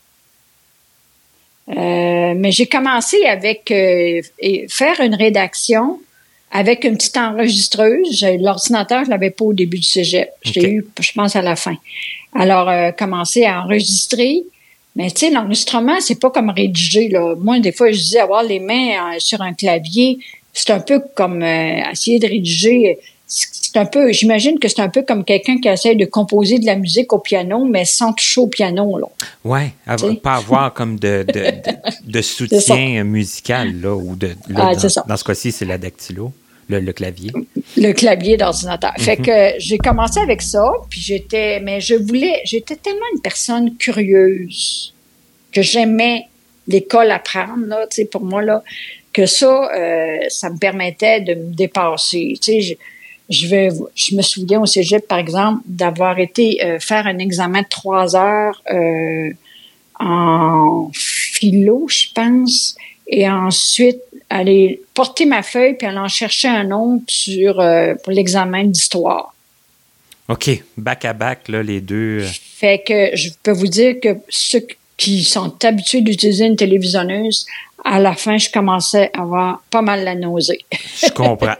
C: Euh, mais j'ai commencé avec euh, faire une rédaction avec une petite enregistreuse. L'ordinateur, je l'avais pas au début du cégep. Je l'ai okay. eu, je pense, à la fin. Alors, euh, commencer à enregistrer. Mais tu sais, l'enregistrement, c'est pas comme rédiger, là. Moi, des fois, je disais avoir les mains euh, sur un clavier, c'est un peu comme euh, essayer de rédiger. C'est un peu, j'imagine que c'est un peu comme quelqu'un qui essaie de composer de la musique au piano, mais sans toucher au piano, là.
B: Ouais, avoir, pas avoir comme de, de, de, de soutien musical, là, ou de, là,
C: ah,
B: dans, dans ce cas-ci, c'est la dactylo, le, le clavier.
C: Le clavier d'ordinateur. Mm-hmm. Fait que j'ai commencé avec ça, puis j'étais, mais je voulais, j'étais tellement une personne curieuse que j'aimais l'école apprendre, là, tu sais, pour moi, là, que ça, euh, ça me permettait de me dépasser, tu sais, Je, vais, je me souviens au cégep, par exemple, d'avoir été euh, faire un examen de trois heures euh, en philo, je pense, et ensuite aller porter ma feuille puis aller en chercher un autre sur, euh, pour l'examen d'histoire.
B: OK. Back à back, là, les deux.
C: Fait que je peux vous dire que ceux qui sont habitués d'utiliser une télévisionneuse, à la fin, je commençais à avoir pas mal la nausée.
B: Je comprends.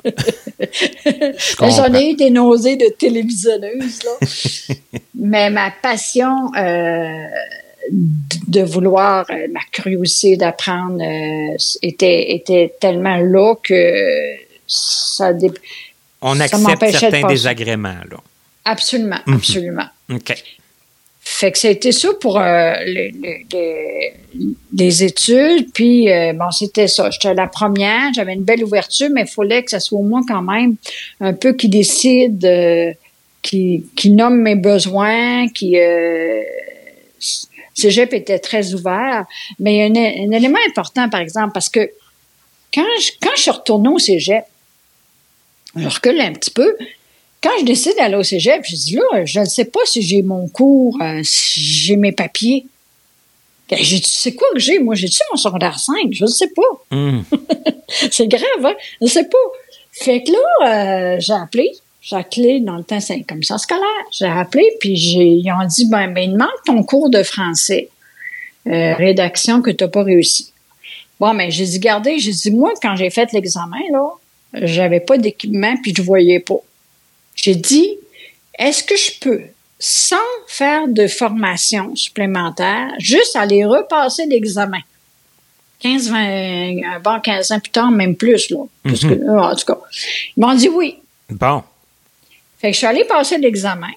B: je comprends.
C: J'en ai eu des nausées de télévisionneuse, là. Mais ma passion euh, de vouloir, euh, ma curiosité d'apprendre euh, était, était tellement là que ça... Dé...
B: On
C: ça
B: accepte certains désagréments, là.
C: Absolument, mm-hmm. absolument.
B: OK.
C: Fait que ça a été ça pour euh, les, les, les, les études. Puis, euh, bon, c'était ça. J'étais la première. J'avais une belle ouverture, mais il fallait que ça soit moi quand même un peu qui décide, euh, qui, qui nomme mes besoins, qui... Euh, Cégep était très ouvert. Mais il y a un, un élément important, par exemple, parce que quand je, quand je suis retournée au Cégep, je recule un petit peu... Quand je décide d'aller au cégep, je dis là, je ne sais pas si j'ai mon cours, euh, si j'ai mes papiers. J'ai dit, c'est quoi que j'ai? Moi, j'ai-tu mon secondaire cinq? Je ne sais pas. Mm. C'est grave, hein? Je ne sais pas. Fait que là, euh, j'ai appelé. J'ai appelé, dans le temps, c'est comme ça scolaire. J'ai appelé, puis j'ai, ils ont dit, ben, ben, il manque ton cours de français. Euh, rédaction que tu n'as pas réussi. Bon, mais j'ai dit, regardez, j'ai dit, moi, quand j'ai fait l'examen, là, j'avais pas d'équipement, puis je voyais pas. J'ai dit, est-ce que je peux, sans faire de formation supplémentaire, juste aller repasser l'examen? quinze, vingt, un bon quinze ans plus tard, même plus, là. Parce
B: Mm-hmm.
C: que, en tout cas, ils m'ont dit oui.
B: Bon.
C: Fait que je suis allée passer l'examen.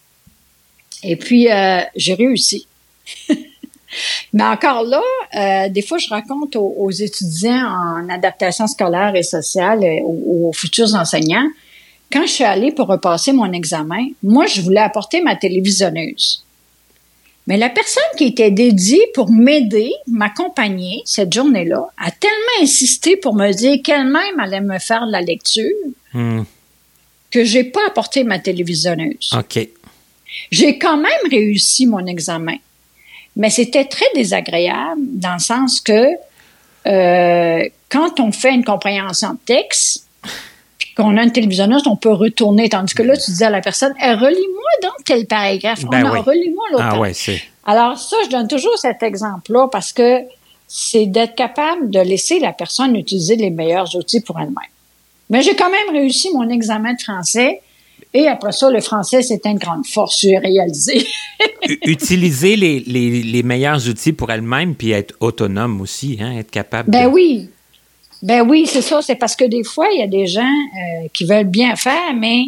C: Et puis, euh, j'ai réussi. Mais encore là, euh, des fois, je raconte aux, aux étudiants en adaptation scolaire et sociale, euh, aux, aux futurs enseignants, quand je suis allée pour repasser mon examen, moi, je voulais apporter ma télévisionneuse. Mais la personne qui était dédiée pour m'aider, m'accompagner cette journée-là, a tellement insisté pour me dire qu'elle-même allait me faire de la lecture
B: Mm.
C: que j'ai pas apporté ma télévisionneuse.
B: OK.
C: J'ai quand même réussi mon examen, mais c'était très désagréable dans le sens que euh, quand on fait une compréhension de texte, puis qu'on a une télévisionneuse, on peut retourner. Tandis que là, tu dis à la personne, hey, relis-moi donc tel paragraphe.
B: Ben
C: oh, non,
B: oui.
C: relis-moi l'autre.
B: Ah ouais, c'est...
C: Alors ça, je donne toujours cet exemple-là parce que c'est d'être capable de laisser la personne utiliser les meilleurs outils pour elle-même. Mais j'ai quand même réussi mon examen de français. Et après ça, le français, c'est une grande force, j'ai réalisé.
B: Utiliser les, les, les meilleurs outils pour elle-même, puis être autonome aussi, hein, être capable
C: Ben
B: de...
C: oui. Ben oui, c'est ça. C'est parce que des fois, il y a des gens euh, qui veulent bien faire, mais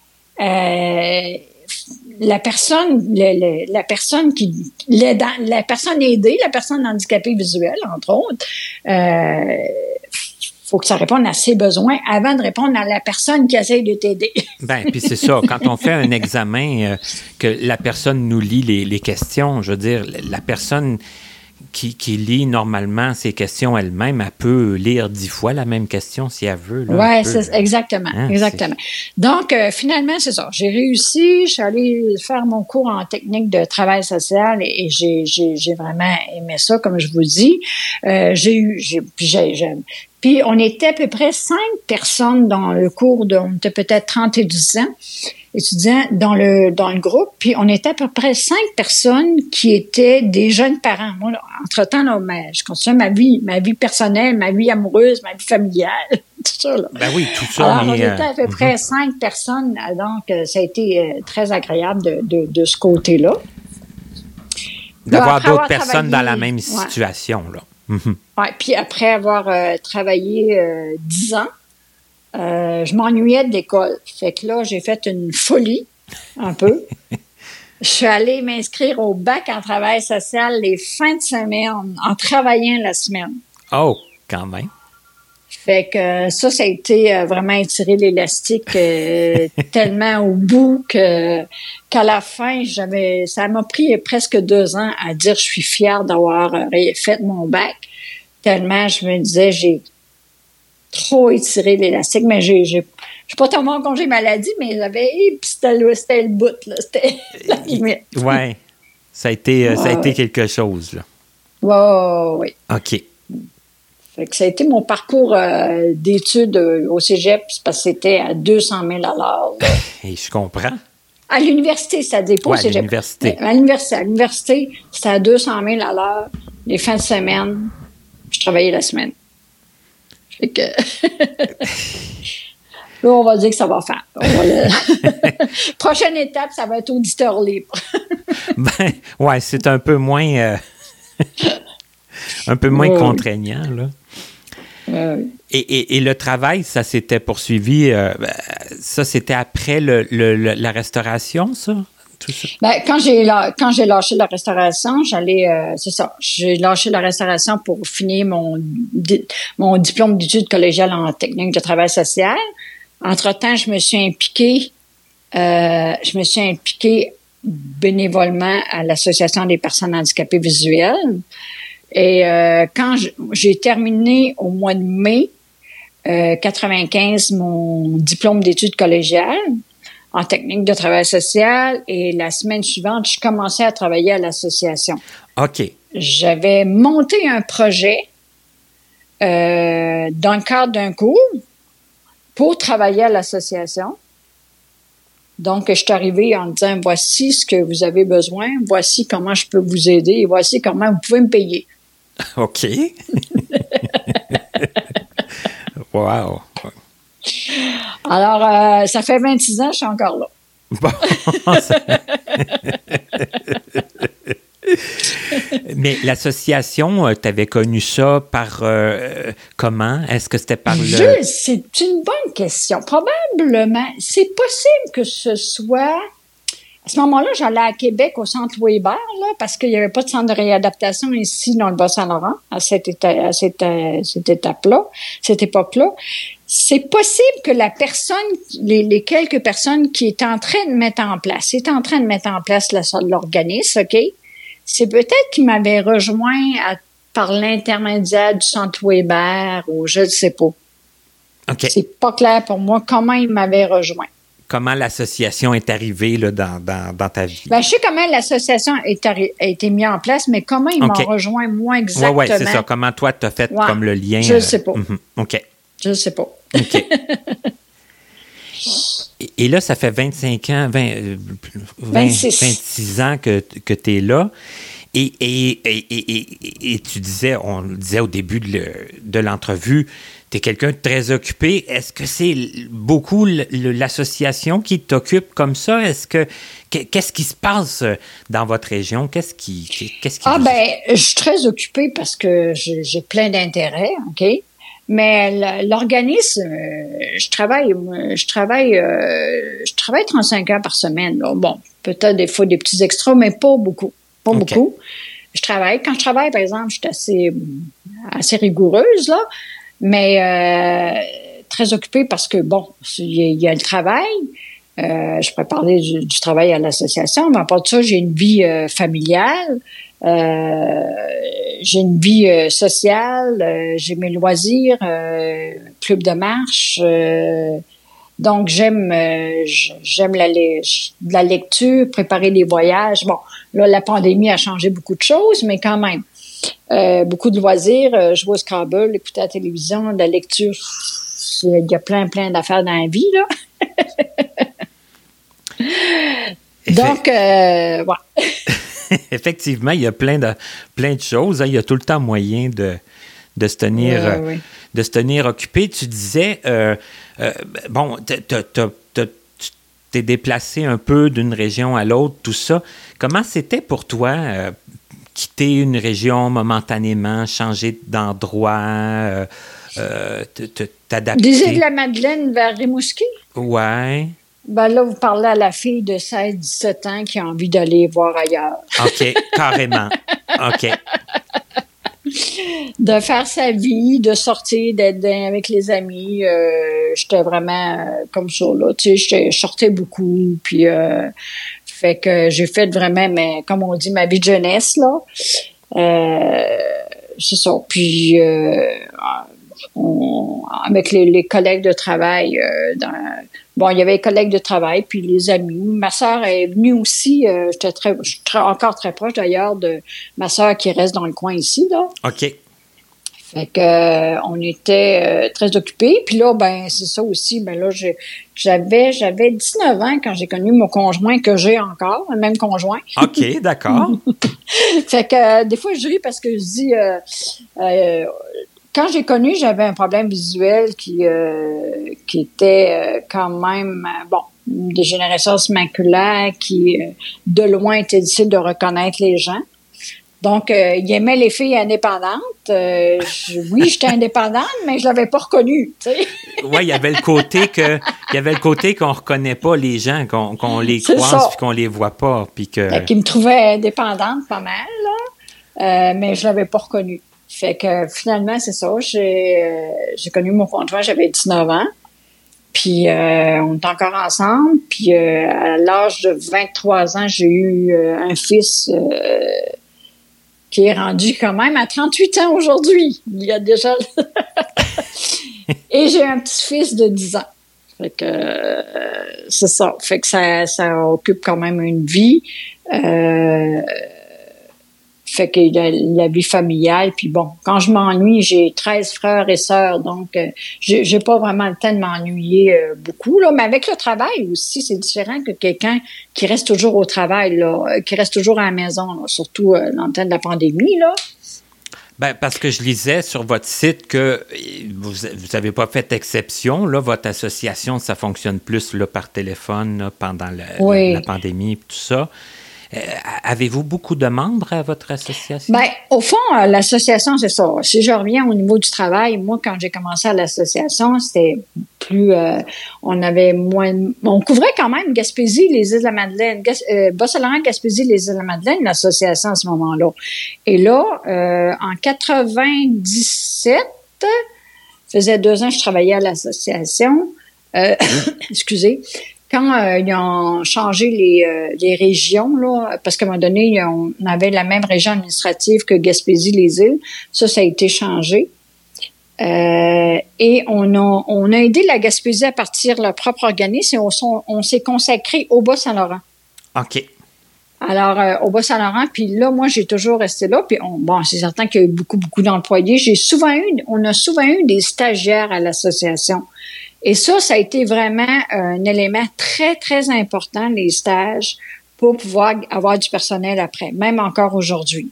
C: euh, la personne, le, le, la personne qui, l'aidant, la personne aidée, la personne handicapée visuelle, entre autres, euh, faut que ça réponde à ses besoins avant de répondre à la personne qui essaie de t'aider.
B: Ben, puis c'est ça. Quand on fait un examen, euh, que la personne nous lit les, les questions, je veux dire, la personne qui, qui lit normalement ces questions elle-même, elle peut lire dix fois la même question si elle veut.
C: Oui, c'est exactement.
B: Hein,
C: exactement.
B: C'est...
C: Donc, euh, finalement, c'est ça. J'ai réussi. Je suis allée faire mon cours en technique de travail social et, et j'ai, j'ai, j'ai vraiment aimé ça, comme je vous dis. Euh, j'ai eu... J'ai, j'ai, j'ai, Puis, on était à peu près cinq personnes dans le cours, de, on était peut-être trente et douze ans, étudiants dans le, dans le groupe. Puis, on était à peu près cinq personnes qui étaient des jeunes parents. Moi, là, entre-temps, là, ma, je continue ma vie, ma vie personnelle, ma vie amoureuse, ma vie familiale, tout ça. Là.
B: Ben oui, tout ça.
C: Alors,
B: mais,
C: on était à peu
B: euh,
C: près
B: mm-hmm.
C: cinq personnes. Donc, ça a été euh, très agréable de, de, de ce côté-là.
B: D'avoir
C: Là,
B: d'autres personnes
C: travaillé,
B: dans la même
C: ouais.
B: situation, là. Mm-hmm.
C: Ouais, puis après avoir euh, travaillé euh, dix ans, euh, je m'ennuyais de l'école. Fait que là, j'ai fait une folie, un peu. Je suis allée m'inscrire au bac en travail social les fins de semaine, en travaillant la semaine.
B: Oh, quand même.
C: Fait que ça, ça a été euh, vraiment étirer l'élastique euh, tellement au bout que qu'à la fin, j'avais, ça m'a pris presque deux ans à dire je suis fière d'avoir euh, fait mon bac. Tellement je me disais j'ai trop étiré l'élastique, mais j'ai, j'ai, je suis pas tombée en congé maladie, mais j'avais, puis c'était le, c'était le bout là, c'était la limite.
B: Ouais, ça a été,
C: ouais,
B: ça a été
C: ouais.
B: quelque chose là.
C: Ouais, oui.
B: Ok.
C: Fait que ça a été mon parcours euh, d'études euh, au cégep, parce que c'était à deux cent mille à l'heure.
B: Et je comprends.
C: À l'université, c'est-à-dire pas
B: ouais,
C: au cégep.
B: À l'université.
C: À l'université, à l'université, c'était à deux cent mille à l'heure. Les fins de semaine, je travaillais la semaine. Fait que... Là, on va dire que ça va faire. On va le... Prochaine étape, ça va être auditeur libre.
B: Ben, ouais, c'est un peu moins... Euh... un peu moins ouais, contraignant, là.
C: Ouais.
B: Et, et, et le travail, ça s'était poursuivi, euh, ça c'était après le, le, le, la restauration, ça? Tout ça?
C: Ben, quand j'ai quand j'ai lâché la restauration, j'allais, euh, c'est ça, j'ai lâché la restauration pour finir mon, di- mon diplôme d'études collégiales en technique de travail social. Entre-temps, je me suis impliquée, euh, je me suis impliquée bénévolement à l'Association des personnes handicapées visuelles. Et euh, quand j'ai terminé au mois de mai euh, quatre-vingt-quinze mon diplôme d'études collégiales en technique de travail social, et la semaine suivante, je commençais à travailler à l'association.
B: OK.
C: J'avais monté un projet euh, dans le cadre d'un cours pour travailler à l'association. Donc, je suis arrivée en disant, voici ce que vous avez besoin, voici comment je peux vous aider, et voici comment vous pouvez me payer.
B: OK. Wow.
C: Alors, euh, ça fait vingt-six ans, je suis encore là.
B: Bon, ça... Mais l'association, tu avais connu ça par euh, comment? Est-ce que c'était par le...
C: Je, c'est une bonne question. Probablement. C'est possible que ce soit... À ce moment-là, j'allais à Québec, au centre Louis-Hébert, là, parce qu'il n'y avait pas de centre de réadaptation ici dans le Bas-Saint-Laurent, à cette, éta- à cette, à cette étape-là, cette époque-là. C'est possible que la personne, les, les quelques personnes qui étaient en train de mettre en place, étaient en train de mettre en place la, l'organisme, OK? C'est peut-être qu'ils m'avaient rejoint à, par l'intermédiaire du centre Louis-Hébert, ou je ne sais pas.
B: OK.
C: C'est pas clair pour moi comment ils m'avaient rejoint.
B: Comment l'association est arrivée là, dans, dans, dans ta vie?
C: Ben, je sais comment l'association est arri- a été mise en place, mais comment ils okay. m'ont rejoint, moi, exactement.
B: Oui, oui, c'est ça. Comment toi, tu as fait ouais. comme le lien?
C: Je ne sais pas.
B: Euh, mm-hmm. OK.
C: Je ne sais pas.
B: OK. et, et là, ça fait vingt-cinq ans, vingt, vingt,
C: vingt-six.
B: vingt-six ans que, que tu es là. Et, et, et, et, et, et tu disais, on le disait au début de, le, de l'entrevue, tu es quelqu'un de très occupé. Est-ce que c'est beaucoup l'association qui t'occupe comme ça? Est-ce que qu'est-ce qui se passe dans votre région? Qu'est-ce qui, qu'est-ce qui
C: Ah
B: vous...
C: ben, je suis très occupée parce que j'ai, j'ai plein d'intérêts, OK? Mais l'organisme, je travaille, je travaille, euh, je travaille trente-cinq heures par semaine. Là. Bon, peut-être des fois des petits extras, mais pas beaucoup. Pas okay. beaucoup. Je travaille. Quand je travaille, par exemple, je suis assez, assez rigoureuse, là, mais euh, très occupée parce que, bon, il y, y a le travail. Euh, je pourrais parler du, du travail à l'association, mais à part de ça, j'ai une vie euh, familiale. Euh, j'ai une vie euh, sociale. Euh, j'ai mes loisirs, euh, club de marche. Euh, Donc, j'aime euh, j'aime la, la lecture, préparer des voyages. Bon, là, la pandémie a changé beaucoup de choses, mais quand même, euh, beaucoup de loisirs, euh, jouer au Scrabble, écouter la télévision, la lecture. Il y a plein, plein d'affaires dans la vie, là. Donc, euh, ouais.
B: Effectivement, il y a plein de, plein de choses. Hein. Il y a tout le temps moyen de, de se tenir...
C: Euh, oui.
B: de se tenir occupé. Tu disais, euh, euh, bon, tu t'es déplacé un peu d'une région à l'autre, tout ça. Comment c'était pour toi euh, quitter une région momentanément, changer d'endroit, euh, euh, t'adapter?
C: Des îles de la Madeleine vers Rimouski?
B: Ouais.
C: Ben là, vous parlez à la fille de seize dix-sept ans qui a envie d'aller voir ailleurs.
B: OK, carrément. OK.
C: De faire sa vie, de sortir, d'être avec les amis. Euh, j'étais vraiment euh, comme ça, là. Tu sais, je sortais beaucoup, puis euh, fait que j'ai fait vraiment, mais comme on dit, ma vie de jeunesse, là. Euh, c'est ça. Puis, euh, on, avec les, les collègues de travail, euh, dans, bon, il y avait les collègues de travail, puis les amis. Ma sœur est venue aussi, euh, j'étais très, je suis très, encore très proche d'ailleurs de ma sœur qui reste dans le coin ici, là.
B: OK.
C: Fait que, euh, on était euh, très occupés. Puis là, ben, c'est ça aussi, ben là, j'ai, j'avais, j'avais dix-neuf ans quand j'ai connu mon conjoint que j'ai encore, le même conjoint.
B: OK, d'accord.
C: Fait que, euh, des fois, je ris parce que je dis, euh, euh, quand j'ai connu, j'avais un problème visuel qui euh, qui était euh, quand même, euh, bon, une dégénérescence maculaire qui, euh, de loin, était difficile de reconnaître les gens. Donc, euh, il aimait les filles indépendantes. Euh, je, oui, j'étais indépendante, mais je l'avais pas reconnue, tu sais.
B: Oui, il y avait le côté que, il y avait le côté qu'on reconnaît pas les gens, qu'on, qu'on les
C: C'est
B: croise puis qu'on les voit pas, puis que.
C: Fait qu'il me trouvait indépendante pas mal, là, euh, mais je l'avais pas reconnue. Fait que finalement, c'est ça. J'ai, euh, j'ai connu mon conjoint, j'avais dix-neuf ans. Puis euh, on est encore ensemble. Puis euh, à l'âge de vingt-trois ans, j'ai eu euh, un fils euh, qui est rendu quand même à trente-huit ans aujourd'hui. Il y a déjà... Et j'ai un petit-fils de dix ans. Fait que euh, c'est ça. Fait que ça, ça occupe quand même une vie. Euh, Fait que la, la vie familiale, puis bon, quand je m'ennuie, j'ai treize frères et sœurs, donc euh, j'ai, j'ai pas vraiment le temps de m'ennuyer euh, beaucoup, là. Mais avec le travail aussi, c'est différent que quelqu'un qui reste toujours au travail, là, qui reste toujours à la maison, là, surtout euh, dans le temps de la pandémie, là.
B: Ben, parce que je lisais sur votre site que vous n'avez pas fait exception, là, votre association, ça fonctionne plus là, par téléphone là, pendant la,
C: oui.
B: la, la pandémie et tout ça. Euh, avez-vous beaucoup de membres à votre association?
C: Bien, au fond, euh, l'association, c'est ça. Si je reviens au niveau du travail, moi, quand j'ai commencé à l'association, c'était plus... Euh, on avait moins... On couvrait quand même Gaspésie, les Îles-de-la-Madeleine, Gas, euh, Bas-Saint-Laurent, Gaspésie, les Îles-de-la-Madeleine, l'association à ce moment-là. Et là, euh, en quatre-vingt-dix-sept, ça faisait deux ans que je travaillais à l'association. Euh, excusez. Quand euh, ils ont changé les, euh, les régions, là, parce qu'à un moment donné, on avait la même région administrative que Gaspésie-les-Îles, ça, ça a été changé. Euh, et on a, on a aidé la Gaspésie à partir de leur propre organisme et on, sont, on s'est consacré au Bas-Saint-Laurent.
B: OK.
C: Alors, euh, au Bas-Saint-Laurent, puis là, moi, j'ai toujours resté là. Puis, on, bon, c'est certain qu'il y a eu beaucoup, beaucoup d'employés. J'ai souvent eu, on a souvent eu des stagiaires à l'association. Et ça, ça a été vraiment un élément très, très important, les stages, pour pouvoir avoir du personnel après, même encore aujourd'hui.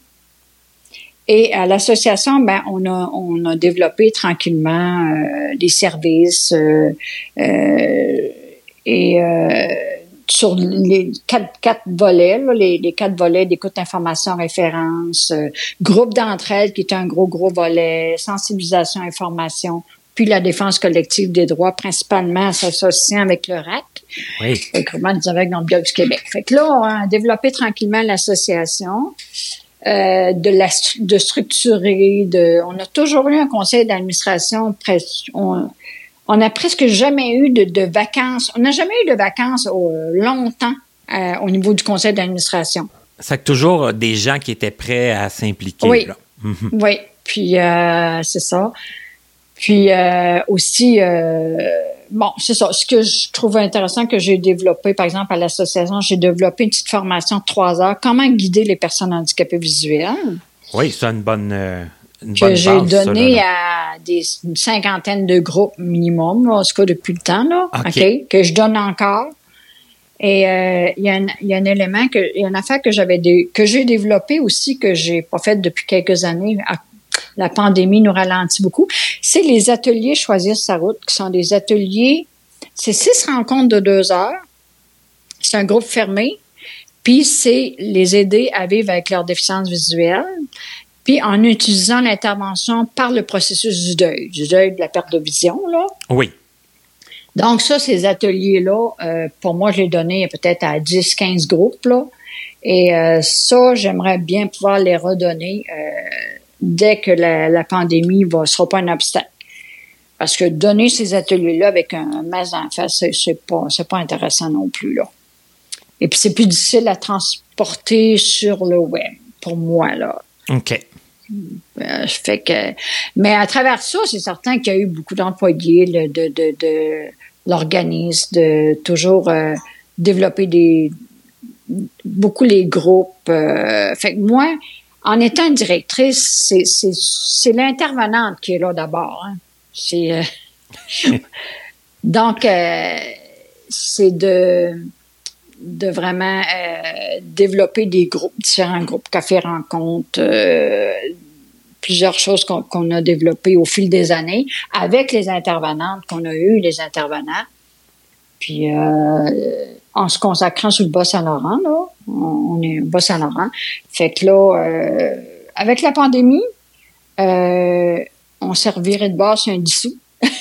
C: Et à l'association, ben, on a, on a développé tranquillement euh, des services euh, euh, et euh, sur les quatre, quatre volets, là, les, les quatre volets d'écoute, information, référence, euh, groupe d'entraide qui est un gros, gros volet, sensibilisation, information, puis la défense collective des droits, principalement en s'associant avec le R A C,
B: oui.
C: le Groupement des aveugles non biologiques du Québec. Fait que là, on a développé tranquillement l'association, euh, de la de structurer, de, on a toujours eu un conseil d'administration, presque, on, on a presque jamais eu de, de vacances, on n'a jamais eu de vacances euh, longtemps euh, au niveau du conseil d'administration.
B: Ça fait toujours des gens qui étaient prêts à s'impliquer.
C: Oui,
B: là.
C: oui, puis euh, c'est ça. Puis euh, aussi, euh, bon, c'est ça. Ce que je trouve intéressant que j'ai développé, par exemple, à l'association, j'ai développé une petite formation de trois heures. Comment guider les personnes handicapées visuelles?
B: Oui, c'est une bonne, euh, une
C: que
B: bonne
C: j'ai
B: base,
C: donné
B: ça, là,
C: à des, une cinquantaine de groupes minimum, là, en tout cas depuis le temps, là,
B: OK.
C: okay, que je donne encore. Et euh, il y a un, il y a un élément que, il y a une affaire que j'avais dé, que j'ai développé aussi que j'ai pas fait depuis quelques années. À, la pandémie nous ralentit beaucoup. C'est les ateliers Choisir sa route, qui sont des ateliers, c'est six rencontres de deux heures. C'est un groupe fermé. Puis c'est les aider à vivre avec leur déficience visuelle. Puis en utilisant l'intervention par le processus du deuil, du deuil de la perte de vision, là.
B: Oui.
C: Donc ça, ces ateliers-là, euh, pour moi, je les donnais peut-être à dix, quinze groupes, là. Et euh, ça, j'aimerais bien pouvoir les redonner euh, dès que la, la pandémie ne sera pas un obstacle. Parce que donner ces ateliers-là avec un masque en face, c'est, c'est pas, c'est pas intéressant non plus, là. Et puis c'est plus difficile à transporter sur le web, pour moi, là.
B: OK.
C: Euh, fait que, mais à travers ça, c'est certain qu'il y a eu beaucoup d'employés là, de, de, de l'organisme, de toujours euh, développer des beaucoup les groupes. Euh, fait que moi, en étant directrice, c'est, c'est, c'est l'intervenante qui est là d'abord. Hein. C'est euh, donc euh, c'est de de vraiment euh, développer des groupes, différents groupes, café rencontres, euh, plusieurs choses qu'on, qu'on a développées au fil des années avec les intervenantes qu'on a eues, les intervenants. Puis, euh, en se consacrant sur le Bas-Saint-Laurent, là, on, on est au Bas-Saint-Laurent. Fait que là, euh, avec la pandémie, euh, on s'est reviré de bord sur un dissous.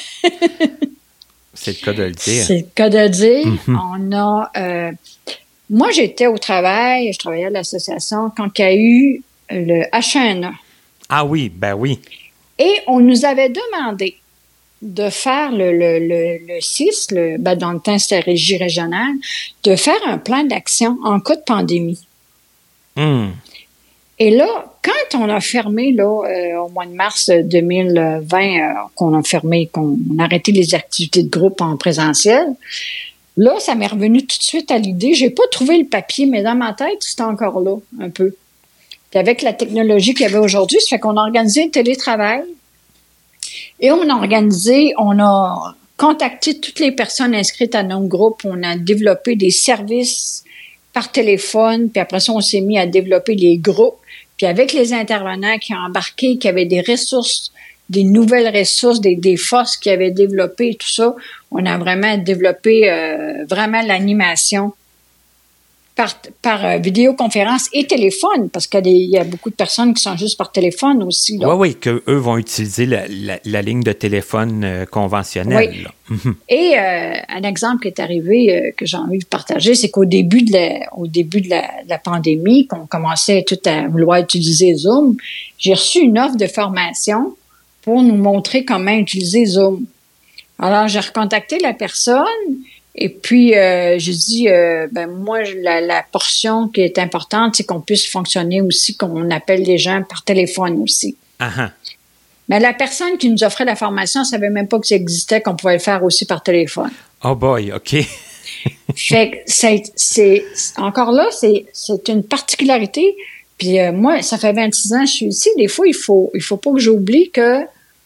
B: C'est le cas de le dire.
C: C'est le cas de le dire.
B: Mm-hmm.
C: On a... Euh, moi, j'étais au travail, je travaillais à l'association quand il y a eu le H un N A.
B: Ah oui, ben oui.
C: Et on nous avait demandé de faire le, le, le, le C I S, le, ben dans le temps, c'était la régie régionale, de faire un plan d'action en cas de pandémie.
B: Mm.
C: Et là, quand on a fermé, là, euh, au mois de mars deux mille vingt, euh, qu'on a fermé, qu'on a arrêté les activités de groupe en présentiel, là, ça m'est revenu tout de suite à l'idée. J'ai pas trouvé le papier, mais dans ma tête, c'était encore là, un peu. Puis avec la technologie qu'il y avait aujourd'hui, ça fait qu'on a organisé le télétravail. Et on a organisé, on a contacté toutes les personnes inscrites à notre groupe. On a développé des services par téléphone. Puis après ça, on s'est mis à développer les groupes. Puis avec les intervenants qui ont embarqué, qui avaient des ressources, des nouvelles ressources, des, des forces qui avaient développé, tout ça, on a vraiment développé euh, vraiment l'animation par, par euh, vidéoconférence et téléphone, parce qu'il y a, des, il y a beaucoup de personnes qui sont juste par téléphone aussi.
B: Oui, oui, qu'eux vont utiliser la, la, la ligne de téléphone euh, conventionnelle.
C: Oui.
B: Là. Mm-hmm.
C: Et euh, un exemple qui est arrivé, euh, que j'ai envie de partager, c'est qu'au début de la, au début de la, de la pandémie, qu'on commençait tout à vouloir utiliser Zoom, j'ai reçu une offre de formation pour nous montrer comment utiliser Zoom. Alors, j'ai recontacté la personne et puis euh, j'ai dit, euh, ben moi, la, la portion qui est importante, c'est qu'on puisse fonctionner aussi, qu'on appelle les gens par téléphone aussi.
B: Uh-huh.
C: Mais la personne qui nous offrait la formation ne savait même pas que ça existait, qu'on pouvait le faire aussi par téléphone.
B: Oh boy, OK.
C: Fait que c'est, c'est, encore là, c'est, c'est une particularité. Puis euh, moi, ça fait vingt-six ans que je suis ici. Des fois, il faut, il faut pas que j'oublie que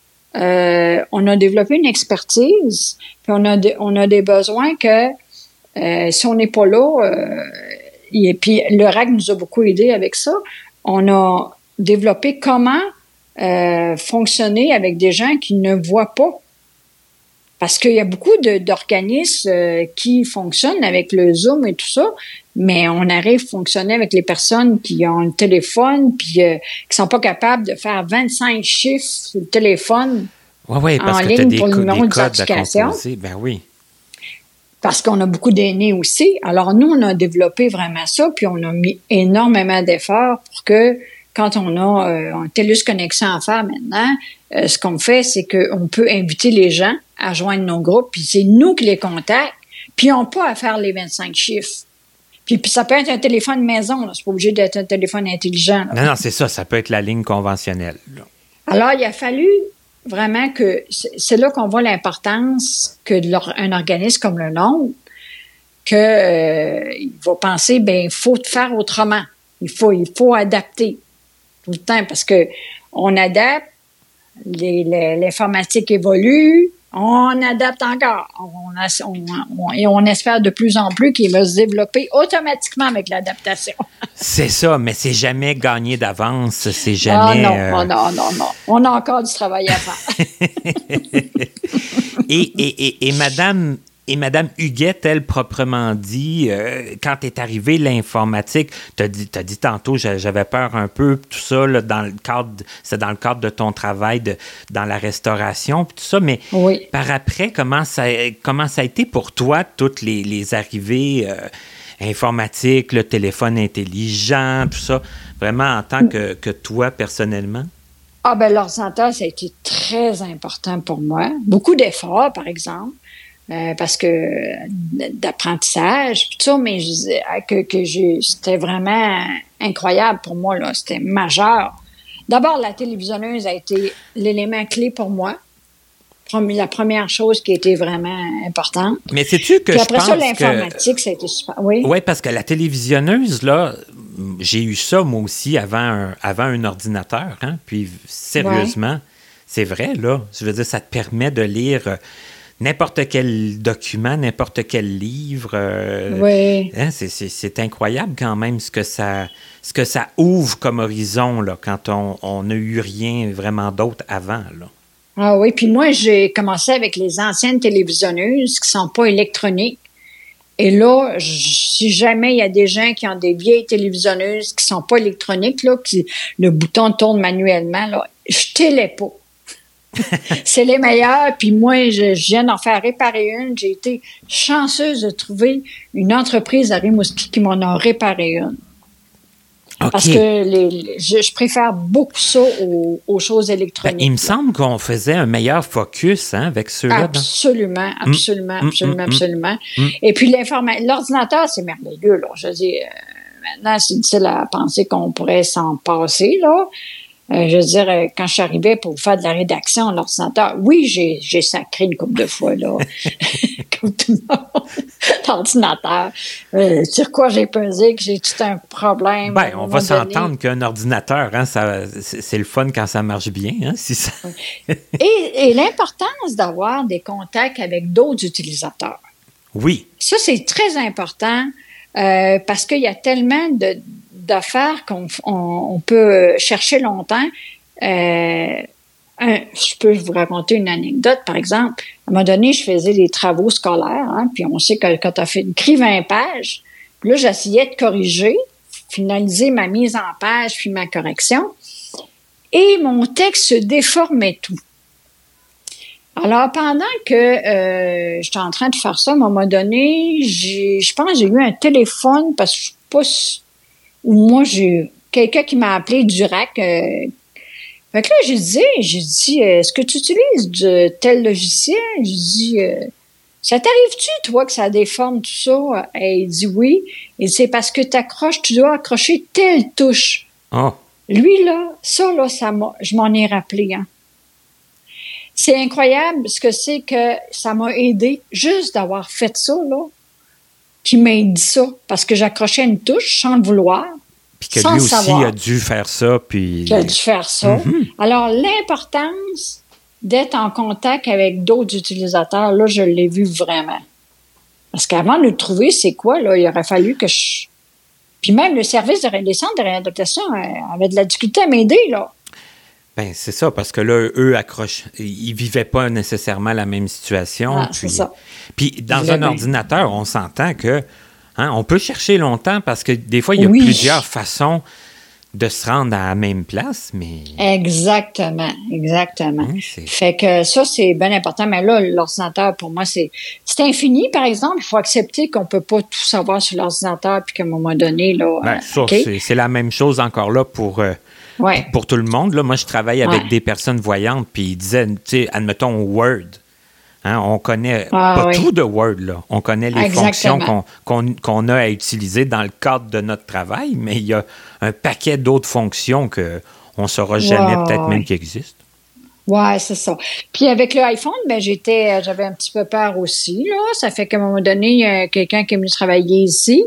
C: Euh, on a développé une expertise, puis on a, de, on a des besoins que euh, si on n'est pas là, euh, et puis le R A C nous a beaucoup aidé avec ça, on a développé comment euh, fonctionner avec des gens qui ne voient pas. Parce qu'il y a beaucoup de, d'organismes euh, qui fonctionnent avec le Zoom et tout ça, mais on arrive à fonctionner avec les personnes qui ont un téléphone puis euh, qui sont pas capables de faire vingt-cinq chiffres sur le téléphone
B: ouais, ouais, parce
C: en
B: que
C: ligne
B: des
C: pour le
B: co-
C: numéro
B: des
C: de
B: codes
C: certification.
B: à composer. Ben oui.
C: Parce qu'on a beaucoup d'aînés aussi. Alors nous, on a développé vraiment ça, puis on a mis énormément d'efforts pour que quand on a euh, un TELUS Connexion à faire maintenant, euh, ce qu'on fait, c'est qu'on peut inviter les gens à joindre nos groupes, puis c'est nous qui les contactent, puis ils n'ont pas à faire les vingt-cinq chiffres. Puis, puis ça peut être un téléphone maison, là. C'est pas obligé d'être un téléphone intelligent. Là.
B: Non, non, c'est ça. Ça peut être la ligne conventionnelle. Là.
C: Alors, il a fallu vraiment que... C'est, c'est là qu'on voit l'importance que de leur, un organisme comme le nôtre, que euh, il va penser, ben il faut faire autrement. Il faut, il faut adapter tout le temps parce que on adapte, les, les, l'informatique évolue, on adapte encore. On, a, on, on, et on espère de plus en plus qu'il va se développer automatiquement avec l'adaptation. C'est
B: ça, mais c'est jamais gagné d'avance. C'est jamais...
C: Ah non,
B: euh...
C: oh non, non, non. On a encore du travail à faire.
B: et, et, et, et Madame... Et Mme Huguette, elle, proprement dit, euh, quand est arrivée l'informatique, t'as dit, t'as dit tantôt, j'avais peur un peu, tout ça, là, dans le cadre, c'est dans le cadre de ton travail de, dans la restauration, puis tout ça, mais
C: oui.
B: Par après, comment ça, comment ça a été pour toi, toutes les, les arrivées euh, informatiques, le téléphone intelligent, tout ça, vraiment en tant que, que toi, personnellement?
C: Ah ben l'ordinateur, ça a été très important pour moi. Beaucoup d'efforts, par exemple. Euh, parce que d'apprentissage, puis tout ça, mais je, que, que j'ai, c'était vraiment incroyable pour moi, là, c'était majeur. D'abord, la télévisionneuse a été l'élément clé pour moi. La première chose qui a été vraiment importante.
B: Mais sais-tu que
C: puis
B: je
C: après
B: pense
C: ça, l'informatique,
B: que...
C: ça a été super. Oui,
B: oui, parce que la télévisionneuse, là, j'ai eu ça, moi aussi, avant un, avant un ordinateur, hein, puis sérieusement, ouais. C'est vrai, là, je veux dire, ça te permet de lire... n'importe quel document, n'importe quel livre. Euh,
C: oui.
B: Hein, c'est, c'est, c'est incroyable quand même ce que ça, ce que ça ouvre comme horizon là, quand on n'a eu rien vraiment d'autre avant. Là.
C: Ah oui, puis moi, j'ai commencé avec les anciennes télévisionneuses qui sont pas électroniques. Et là, si jamais il y a des gens qui ont des vieilles télévisionneuses qui sont pas électroniques, là, qui le bouton tourne manuellement, là, jetez-les pas. C'est les meilleurs, puis moi, je, je viens d'en faire réparer une. J'ai été chanceuse de trouver une entreprise à Rimouski qui m'en a réparé une. Okay. Parce que les, les, je, je préfère beaucoup ça aux, aux choses électroniques.
B: Ben, il me semble qu'on faisait un meilleur focus hein, avec ceux-là.
C: Absolument,
B: dans...
C: absolument, mmh, absolument,
B: mmh,
C: absolument.
B: Mmh.
C: Et puis l'ordinateur, c'est merveilleux. Là. Je veux dire, maintenant, c'est difficile à penser qu'on pourrait s'en passer, là. Euh, je veux dire, quand je suis arrivée pour faire de la rédaction à l'ordinateur, oui, j'ai, j'ai sacré une couple de fois, là, comme tout le monde, l'ordinateur. Euh, sur quoi j'ai pesé, que j'ai tout un problème.
B: Ben, on va s'entendre qu'un ordinateur, hein, ça, c'est, c'est le fun quand ça marche bien, hein, si ça...
C: et, et l'importance d'avoir des contacts avec d'autres utilisateurs.
B: Oui.
C: Ça, c'est très important, euh, parce qu'il y a tellement de... d'affaires qu'on on, on peut chercher longtemps. Euh, un, je peux vous raconter une anecdote, par exemple. À un moment donné, je faisais des travaux scolaires, hein, puis on sait que quand tu as fait écrit vingt pages, Là, j'essayais de corriger, finaliser ma mise en page puis ma correction. Et mon texte se déformait tout. Alors, pendant que euh, j'étais en train de faire ça, à un moment donné, j'ai, je pense que j'ai eu un téléphone parce que je sais pas si, ou moi, j'ai quelqu'un qui m'a appelé du rack. Euh, fait que là, j'ai dit, j'ai dit, est-ce que tu utilises de tel logiciel? J'ai dit, euh, ça t'arrive-tu, toi, que ça déforme tout ça? Et il dit oui. Il dit, c'est parce que t'accroches, tu dois accrocher telle touche.
B: Oh.
C: Lui, là, ça, là, ça m'a, je m'en ai rappelé, hein. C'est incroyable ce que c'est que ça m'a aidé juste d'avoir fait ça, là, qui m'a dit ça, parce que j'accrochais une touche sans le vouloir.
B: Puis que
C: sans
B: lui aussi
C: savoir.
B: a dû faire ça, puis...
C: Qu'il a dû faire ça. Mm-hmm. Alors, l'importance d'être en contact avec d'autres utilisateurs, là, je l'ai vu vraiment. Parce qu'avant de le trouver, c'est quoi, là? Il aurait fallu que je... Puis même le service de les centres de réadaptation avait de la difficulté à m'aider, là.
B: Ben c'est ça, parce que là, eux accrochent, ils vivaient pas nécessairement la même situation.
C: Ah,
B: puis,
C: c'est ça.
B: Puis dans un bien. ordinateur, on s'entend que hein, on peut chercher longtemps parce que des fois, il y a
C: oui.
B: plusieurs façons de se rendre à la même place, mais...
C: Exactement, exactement.
B: Hein, c'est...
C: Fait que ça, c'est bien important. Mais là, l'ordinateur, pour moi, c'est c'est infini, par exemple. Il faut accepter qu'on peut pas tout savoir sur l'ordinateur puis qu'à un moment donné, là...
B: Ben,
C: euh,
B: ça,
C: okay.
B: c'est, c'est la même chose encore là pour... Euh,
C: Ouais.
B: Pour tout le monde, là, moi, je travaille avec
C: ouais.
B: des personnes voyantes, puis ils disaient, tu sais, admettons, Word. Hein, on connaît
C: ah,
B: pas
C: oui.
B: tout de Word, là. On connaît les
C: Exactement.
B: fonctions qu'on, qu'on, qu'on a à utiliser dans le cadre de notre travail, mais il y a un paquet d'autres fonctions qu'on ne saura jamais,
C: wow,
B: peut-être
C: ouais.
B: même qui existent.
C: Ouais, c'est ça. Puis avec le iPhone, ben j'étais, j'avais un petit peu peur aussi, là. Ça fait qu'à un moment donné, il y a quelqu'un qui est venu travailler ici.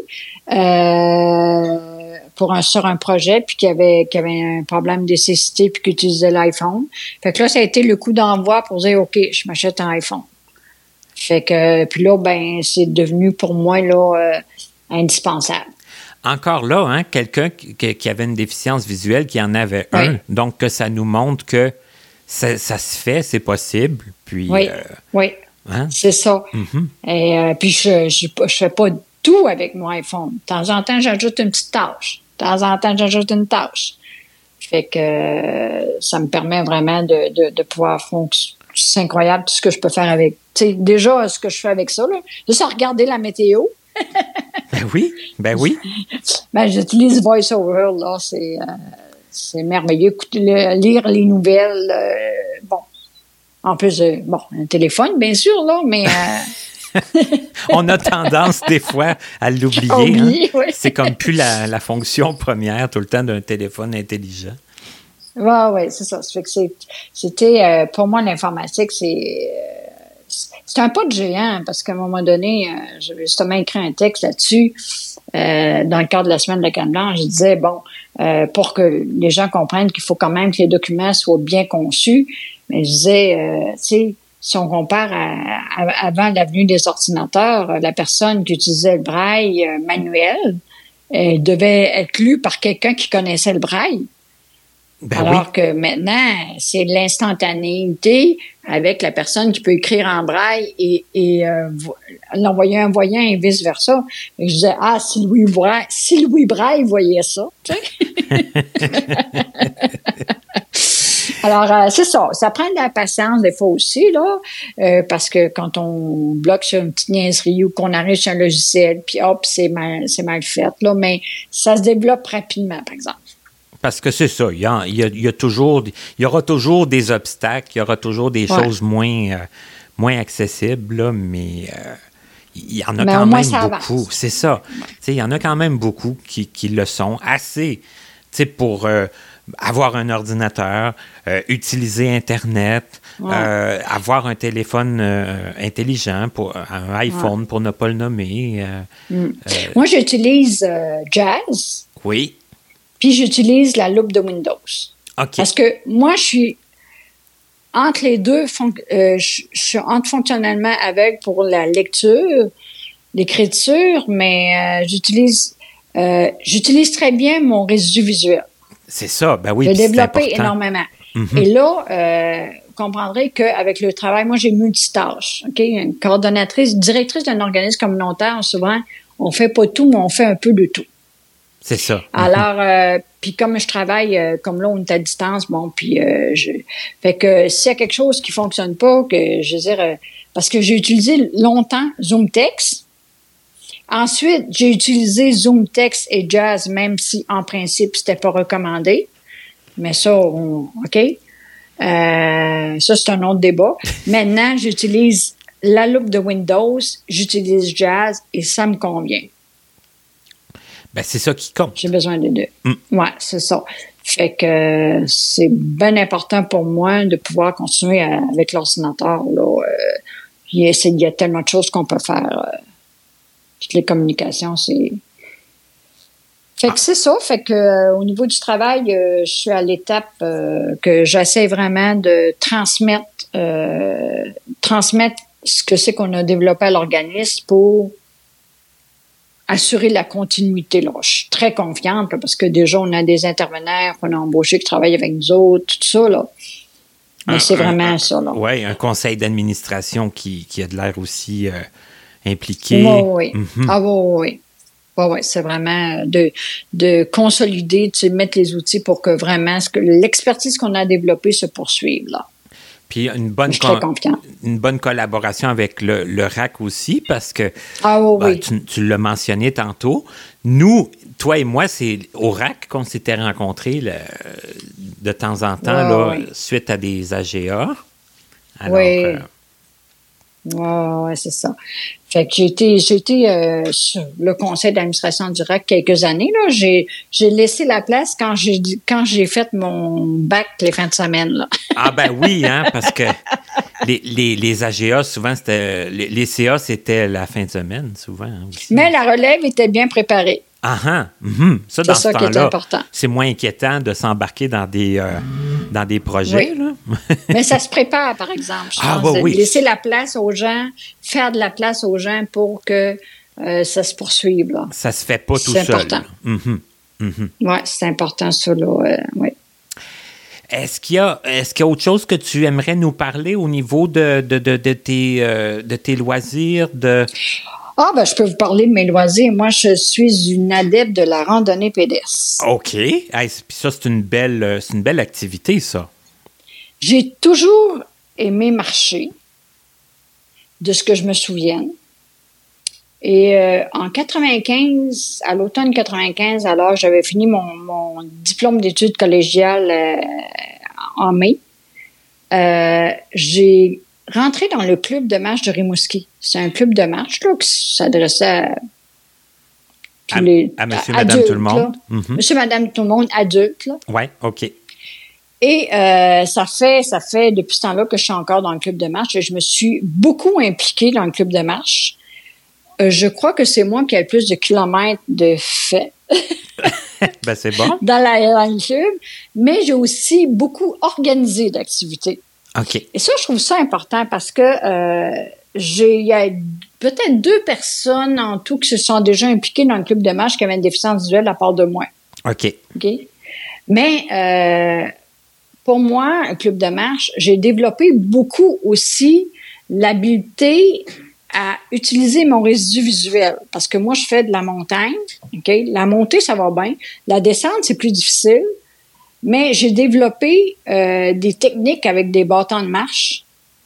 C: Euh... pour un, sur un projet, puis qu'il y avait, qu'il y avait un problème de cécité, puis qu'il utilisait l'iPhone. Fait que là, ça a été le coup d'envoi pour dire, OK, je m'achète un iPhone. Fait que, puis là, ben, c'est devenu pour moi, là, euh, indispensable.
B: Encore là, hein, quelqu'un qui, qui avait une déficience visuelle, qui en avait oui. un, donc que ça nous montre que ça, ça se fait, c'est possible, puis...
C: Oui,
B: euh,
C: oui,
B: hein?
C: C'est ça.
B: Mm-hmm.
C: Et euh, puis, je je, je fais pas tout avec mon iPhone. De temps en temps, j'ajoute une petite tâche. De temps en temps, j'ajoute une tâche. Fait que euh, ça me permet vraiment de, de, de pouvoir fonctionner. C'est incroyable tout ce que je peux faire avec. Tu sais, déjà, ce que je fais avec ça, là, juste à regarder la météo.
B: ben oui, ben oui.
C: Ben, j'utilise VoiceOver, là. C'est, euh, c'est merveilleux. Écoutez, le, lire les nouvelles. Euh, bon. En plus, euh, bon, un téléphone, bien sûr, là, mais... Euh,
B: on a tendance, des fois, à l'oublier.
C: Oublier,
B: hein?
C: Oui.
B: C'est comme plus la, la fonction première tout le temps d'un téléphone intelligent.
C: Oui, oui, c'est ça. Ça fait que c'est, c'était, euh, pour moi, l'informatique, c'est, euh, c'est un pas de géant, parce qu'à un moment donné, euh, j'avais justement écrit un texte là-dessus, euh, dans le cadre de la semaine de la Canne Blanche. Je disais, bon, euh, pour que les gens comprennent qu'il faut quand même que les documents soient bien conçus, mais je disais, euh, tu sais, si on compare à, à, avant l'avenue des ordinateurs, la personne qui utilisait le braille euh, manuel euh, devait être lue par quelqu'un qui connaissait le braille.
B: Ben
C: Alors
B: oui.
C: que maintenant, c'est l'instantanéité avec la personne qui peut écrire en braille et, et euh, l'envoyer un voyant et vice-versa. Et je disais, ah, si Louis Braille, si Louis Braille voyait ça, tu sais. Alors, euh, c'est ça. Ça prend de la patience des fois aussi, là, euh, parce que quand on bloque sur une petite niaiserie ou qu'on arrive sur un logiciel, puis hop, c'est mal, c'est mal fait, là, mais ça se développe rapidement, par exemple.
B: Parce que c'est ça, il y, a, il, y a, il y a toujours, il y aura toujours des obstacles, il y aura toujours des ouais. choses moins, euh, moins accessibles, là, mais euh, il y en a mais quand même beaucoup. Avance. C'est ça. Ouais. Il y en a quand même beaucoup qui, qui le sont assez, pour euh, avoir un ordinateur, euh, utiliser Internet, ouais. euh, avoir un téléphone euh, intelligent, pour, un iPhone ouais. pour ne pas le nommer. Euh,
C: mm. euh, Moi, j'utilise euh, Jazz.
B: Oui.
C: Puis j'utilise la loupe de Windows.
B: OK.
C: Parce que moi, je suis entre les deux, fon- euh, je, je suis entre fonctionnellement aveugle pour la lecture, l'écriture, mais euh, j'utilise euh, j'utilise très bien mon résidu visuel.
B: C'est ça, ben oui.
C: J'ai développé énormément.
B: Mm-hmm.
C: Et là, euh, vous comprendrez qu'avec le travail, moi, j'ai multitâche. OK? Une coordonnatrice, directrice d'un organisme communautaire, souvent, on fait pas tout, mais on fait un peu de tout.
B: C'est ça.
C: Alors, euh, puis comme je travaille, euh, comme là, on est à distance, bon, puis euh, je... Fait que s'il y a quelque chose qui fonctionne pas, que je veux dire... Euh, parce que j'ai utilisé longtemps ZoomText. Ensuite, j'ai utilisé ZoomText et Jazz, même si, en principe, c'était pas recommandé. Mais ça, on, OK. Euh, ça, c'est un autre débat. Maintenant, j'utilise la loupe de Windows, j'utilise Jazz et ça me convient.
B: Ben, c'est ça qui compte.
C: J'ai besoin des deux.
B: Mm.
C: Ouais, c'est ça. Fait que c'est bien important pour moi de pouvoir continuer à, avec l'ordinateur. Là, euh, il, y a, il y a tellement de choses qu'on peut faire. Euh, toutes les communications, c'est... Fait que ah. c'est ça. Fait que euh, au niveau du travail, euh, je suis à l'étape euh, que j'essaie vraiment de transmettre, euh, transmettre ce que c'est qu'on a développé à l'organisme pour assurer la continuité. Là. Je suis très confiante là, parce que déjà, on a des intervenants qu'on a embauchés qui travaillent avec nous autres, tout ça. Là. Mais un, c'est vraiment
B: un,
C: ça.
B: Oui, un conseil d'administration qui, qui a de l'air aussi euh, impliqué.
C: Oui, oui. Mm-hmm. Ah oui, oui. Oui, oui. C'est vraiment de, de consolider, tu sais, mettre les outils pour que vraiment ce que, l'expertise qu'on a développée se poursuive. Là.
B: Puis une bonne, con- une bonne collaboration avec le, le R A C aussi, parce que
C: ah, oui,
B: ben,
C: oui.
B: Tu, tu l'as mentionné tantôt. Nous, toi et moi, c'est au R A C qu'on s'était rencontrés le, de temps en temps,
C: ouais,
B: là,
C: oui.
B: suite à des A G A. Alors,
C: oui.
B: Euh,
C: oui, ouais, c'est ça. Fait que j'ai été, j'ai été euh, sur le conseil d'administration du R A C quelques années. Là. J'ai, j'ai laissé la place quand j'ai, quand j'ai fait mon bac les fins de semaine. Là.
B: Ah ben oui, hein, parce que les, les, les A G A, souvent, c'était les, les C A, c'était la fin de semaine, souvent. Hein, aussi.
C: Mais la relève était bien préparée.
B: Ah ah, mm-hmm. Ça, dans
C: c'est ça
B: ce
C: qui est
B: temps-là,
C: important.
B: C'est moins inquiétant de s'embarquer dans des, euh, dans des projets.
C: Oui.
B: Là.
C: Mais ça se prépare, par exemple. Je
B: ah,
C: pense
B: bah, oui.
C: Laisser la place aux gens, faire de la place aux gens pour que euh, ça se poursuive. Là.
B: Ça se fait pas tout
C: c'est
B: seul.
C: C'est important.
B: Mm-hmm. Mm-hmm.
C: Oui, c'est important, ça. Là, euh, oui.
B: Est-ce qu'il y a, est-ce qu'il y a autre chose que tu aimerais nous parler au niveau de, de, de, de, tes, euh, de tes loisirs? De...
C: Ah, ben, je peux vous parler de mes loisirs. Moi, je suis une adepte de la randonnée pédestre.
B: OK. Hey, puis ça, c'est une belle, c'est une belle activité, ça.
C: J'ai toujours aimé marcher, de ce que je me souvienne. Et euh, en quatre-vingt-quinze, à l'automne quatre-vingt-quinze, alors j'avais fini mon, mon diplôme d'études collégiales euh, en mai. Euh, j'ai rentré dans le club de marche de Rimouski. C'est un club de marche là, qui s'adressait à tous
B: à,
C: les
B: à monsieur,
C: à,
B: madame,
C: adultes,
B: tout le monde.
C: Mm-hmm. Monsieur, madame, tout le monde, adultes.
B: Oui, OK.
C: Et euh, ça fait ça fait depuis ce temps-là que je suis encore dans le club de marche et je me suis beaucoup impliquée dans le club de marche. Euh, je crois que c'est moi qui ai le plus de kilomètres de fait.
B: Ben, c'est bon.
C: Dans, la, dans le club. Mais j'ai aussi beaucoup organisé d'activités.
B: OK.
C: Et ça, je trouve ça important parce que euh, j'ai, il y a peut-être deux personnes en tout qui se sont déjà impliquées dans le club de marche qui avaient une déficience visuelle à part de moi.
B: OK.
C: OK. Mais euh, pour moi, un club de marche, j'ai développé beaucoup aussi l'habileté à utiliser mon résidu visuel. Parce que moi, je fais de la montagne. OK? La montée, ça va bien. La descente, c'est plus difficile. Mais j'ai développé euh, des techniques avec des bâtons de marche.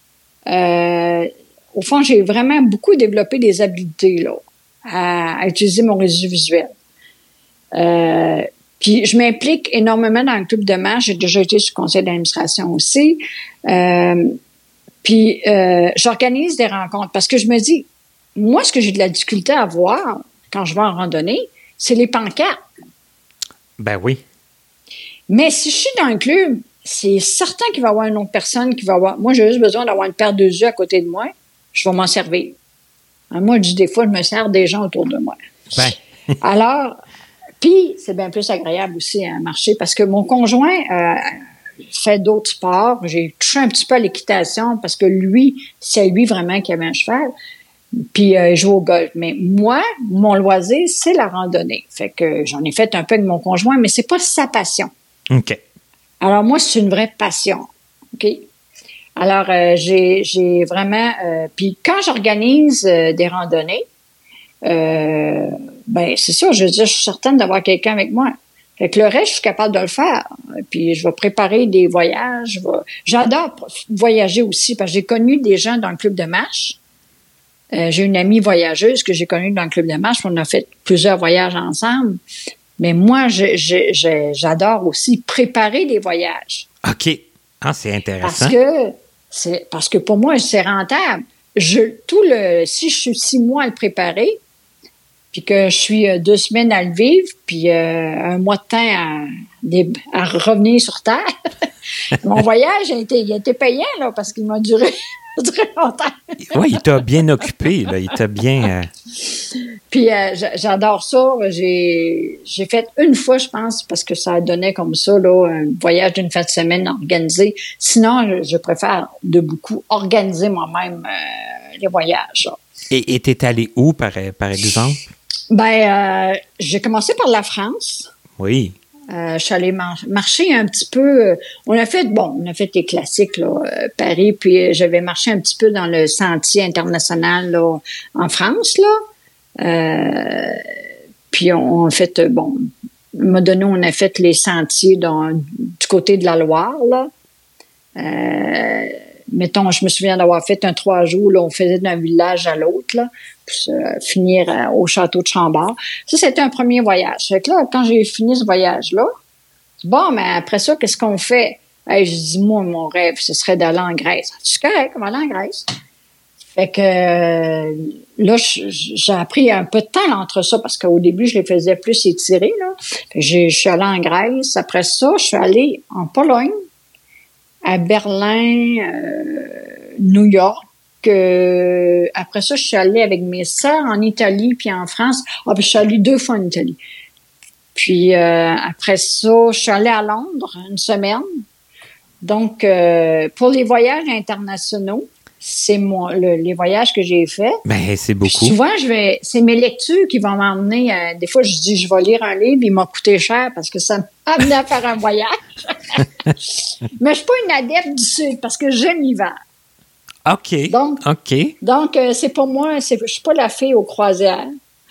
C: Euh, au fond, j'ai vraiment beaucoup développé des habiletés là, à, à utiliser mon résidu visuel. Euh, puis je m'implique énormément dans le club de marche. J'ai déjà été sur le conseil d'administration aussi. Euh, puis euh, j'organise des rencontres parce que je me dis, moi, ce que j'ai de la difficulté à voir quand je vais en randonnée, c'est les pancartes.
B: Ben oui.
C: Mais si je suis dans un club, c'est certain qu'il va y avoir une autre personne qui va avoir... Moi, j'ai juste besoin d'avoir une paire de yeux à côté de moi. Je vais m'en servir. Alors, moi, je dis des fois, je me sers des gens autour de moi.
B: Ben.
C: Alors, puis, c'est bien plus agréable aussi à marcher parce que mon conjoint euh, fait d'autres sports. J'ai touché un petit peu à l'équitation parce que lui, c'est lui vraiment qui avait un cheval. Puis, euh, il joue au golf. Mais moi, mon loisir, c'est la randonnée. Fait que j'en ai fait un peu avec mon conjoint, mais c'est pas sa passion.
B: OK.
C: Alors, moi, c'est une vraie passion. OK? Alors, euh, j'ai, j'ai vraiment... Euh, puis quand j'organise euh, des randonnées, euh, ben c'est ça, je veux dire, je suis certaine d'avoir quelqu'un avec moi. Fait que le reste, je suis capable de le faire. Puis je vais préparer des voyages. Je vais... J'adore voyager aussi, parce que j'ai connu des gens dans le club de marche. Euh, j'ai une amie voyageuse que j'ai connue dans le club de marche. On a fait plusieurs voyages ensemble. Mais moi, je, je, je, j'adore aussi préparer des voyages.
B: OK. Ah, c'est intéressant.
C: Parce que, c'est, parce que pour moi, c'est rentable. Je, tout le, si je suis six mois à le préparer, puis que je suis euh, deux semaines à le vivre, puis euh, un mois de temps à, à revenir sur Terre. Mon voyage a été, il a été payant, là, parce qu'il m'a duré très longtemps.
B: Oui, il t'a bien occupé, là. Il t'a bien... Euh...
C: Puis euh, j'adore ça. J'ai, j'ai fait une fois, je pense, parce que ça donnait comme ça, là, un voyage d'une fin de semaine organisé. Sinon, je, je préfère de beaucoup organiser moi-même euh, les voyages, là.
B: Et t'es allé où, par, par exemple?
C: Ben, euh, j'ai commencé par la France.
B: Oui.
C: Euh, je suis allée mar- marcher un petit peu. On a fait, bon, on a fait les classiques, là, euh, Paris, puis j'avais marché un petit peu dans le sentier international, là, en France, là. Euh, puis on a fait, bon, à un moment donné, on a fait les sentiers dans, du côté de la Loire, là. Euh, mettons, je me souviens d'avoir fait un trois jours, là, on faisait d'un village à l'autre, là, pour euh, finir euh, au château de Chambord. Ça, c'était un premier voyage. Fait que là, quand j'ai fini ce voyage-là, bon, mais après ça, qu'est-ce qu'on fait? Hey, je dis, moi, mon rêve, ce serait d'aller en Grèce. C'est correct, on va aller en Grèce. Fait que euh, là, j'ai appris un peu de temps là, entre ça, parce qu'au début, je les faisais plus étirer, là. Fait que je suis allée en Grèce. Après ça, je suis allée en Pologne, à Berlin, euh, New York. Euh, après ça, je suis allée avec mes sœurs en Italie puis en France. Ah, puis je suis allée deux fois en Italie. Puis euh, après ça, je suis allée à Londres une semaine. Donc, euh, pour les voyages internationaux, c'est moi le, les voyages que j'ai faits.
B: Ben, c'est beaucoup.
C: Puis souvent, je vais, c'est mes lectures qui vont m'emmener. Euh, des fois, je dis, je vais lire un livre, il m'a coûté cher parce que ça m'a amené à faire un voyage. Mais je suis pas une adepte du Sud parce que j'aime l'hiver.
B: OK.
C: Donc,
B: OK.
C: donc euh, c'est pour moi, c'est, je suis pas la fille aux croisières.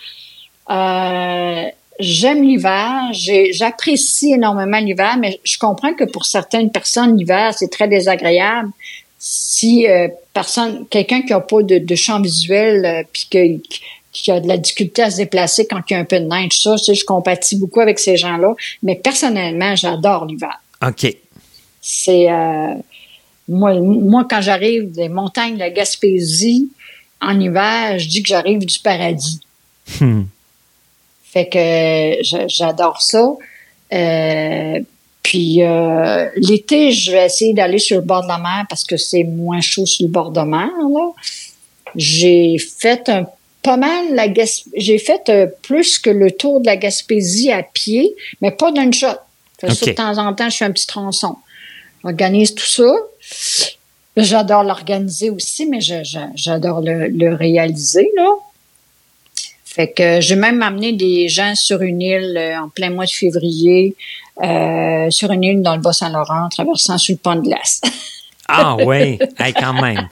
C: Euh, j'aime l'hiver, j'ai, j'apprécie énormément l'hiver, mais je comprends que pour certaines personnes, l'hiver, c'est très désagréable. Si euh, personne, quelqu'un qui a pas de, de champ visuel, euh, puis que, qui a de la difficulté à se déplacer quand il y a un peu de neige, ça, tu sais, je compatis beaucoup avec ces gens-là. Mais personnellement, j'adore l'hiver.
B: OK.
C: C'est euh, moi, moi, quand j'arrive des montagnes de la Gaspésie en hiver, je dis que j'arrive du paradis.
B: Hmm.
C: Fait que j'adore ça. Euh, puis euh, l'été, je vais essayer d'aller sur le bord de la mer parce que c'est moins chaud sur le bord de la mer, là. J'ai fait un pas mal la Gasp... j'ai fait euh, plus que le tour de la Gaspésie à pied, mais pas d'une shot. Fait okay. Ça, de temps en temps, je fais un petit tronçon. J'organise tout ça. J'adore l'organiser aussi, mais je, je, j'adore le, le réaliser, là. Fait que j'ai même amené des gens sur une île euh, en plein mois de février, euh, sur une île dans le Bas-Saint-Laurent, traversant sur le pont de glace.
B: Ah oui, hey, quand même.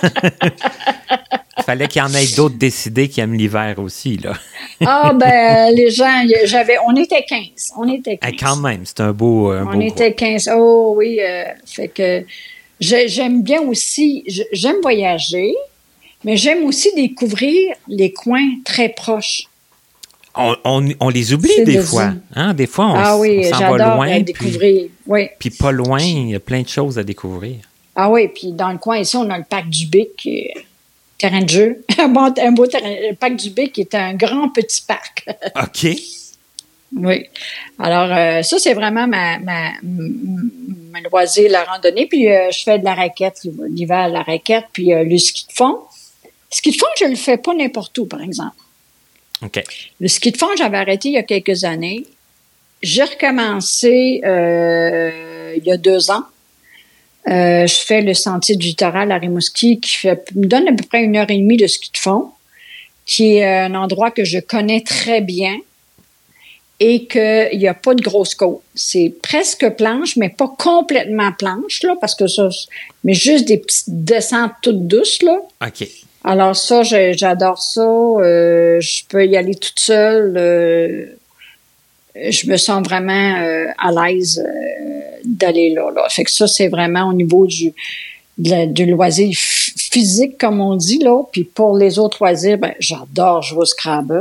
B: Il fallait qu'il y en ait d'autres décidés qui aiment l'hiver aussi, là.
C: Ah ben, les gens, j'avais, on était quinze. On était quinze.
B: Hey, quand même, c'est un beau, un
C: on
B: beau
C: était
B: groupe.
C: quinze. Oh oui, euh, fait que j'aime bien aussi, j'aime voyager. Mais j'aime aussi découvrir les coins très proches.
B: On, on, on les oublie
C: c'est
B: des
C: de
B: fois. Hein? Des fois, on,
C: ah oui,
B: on s'en
C: j'adore
B: va loin.
C: découvrir.
B: Puis,
C: oui.
B: puis pas loin, il y a plein de choses à découvrir.
C: Ah oui, puis dans le coin ici, on a le parc du Bic, terrain de jeu. un, bon, un beau terrain. Le parc du Bic est un grand petit parc.
B: OK.
C: Oui. Alors, euh, ça, c'est vraiment ma, ma, ma loisir, la randonnée. Puis, euh, je fais de la raquette, l'hiver, la raquette, puis euh, le ski de fond. Le ski de fond, je ne le fais pas n'importe où, par exemple.
B: OK.
C: Le ski de fond, j'avais arrêté il y a quelques années. J'ai recommencé euh, il y a deux ans. Euh, je fais le sentier du littoral à Rimouski qui fait, me donne à peu près une heure et demie de ski de fond, qui est un endroit que je connais très bien et qu'il n'y a pas de grosse côte. C'est presque planche, mais pas complètement planche, là, parce que ça, mais juste des petites descentes toutes douces, là.
B: OK.
C: Alors ça, j'ai, j'adore ça. Euh, je peux y aller toute seule. Euh, je me sens vraiment euh, à l'aise euh, d'aller là, là. Fait que ça, c'est vraiment au niveau du, de la, du loisir f- physique, comme on dit, là. Puis pour les autres loisirs, ben, j'adore jouer au Scrabble.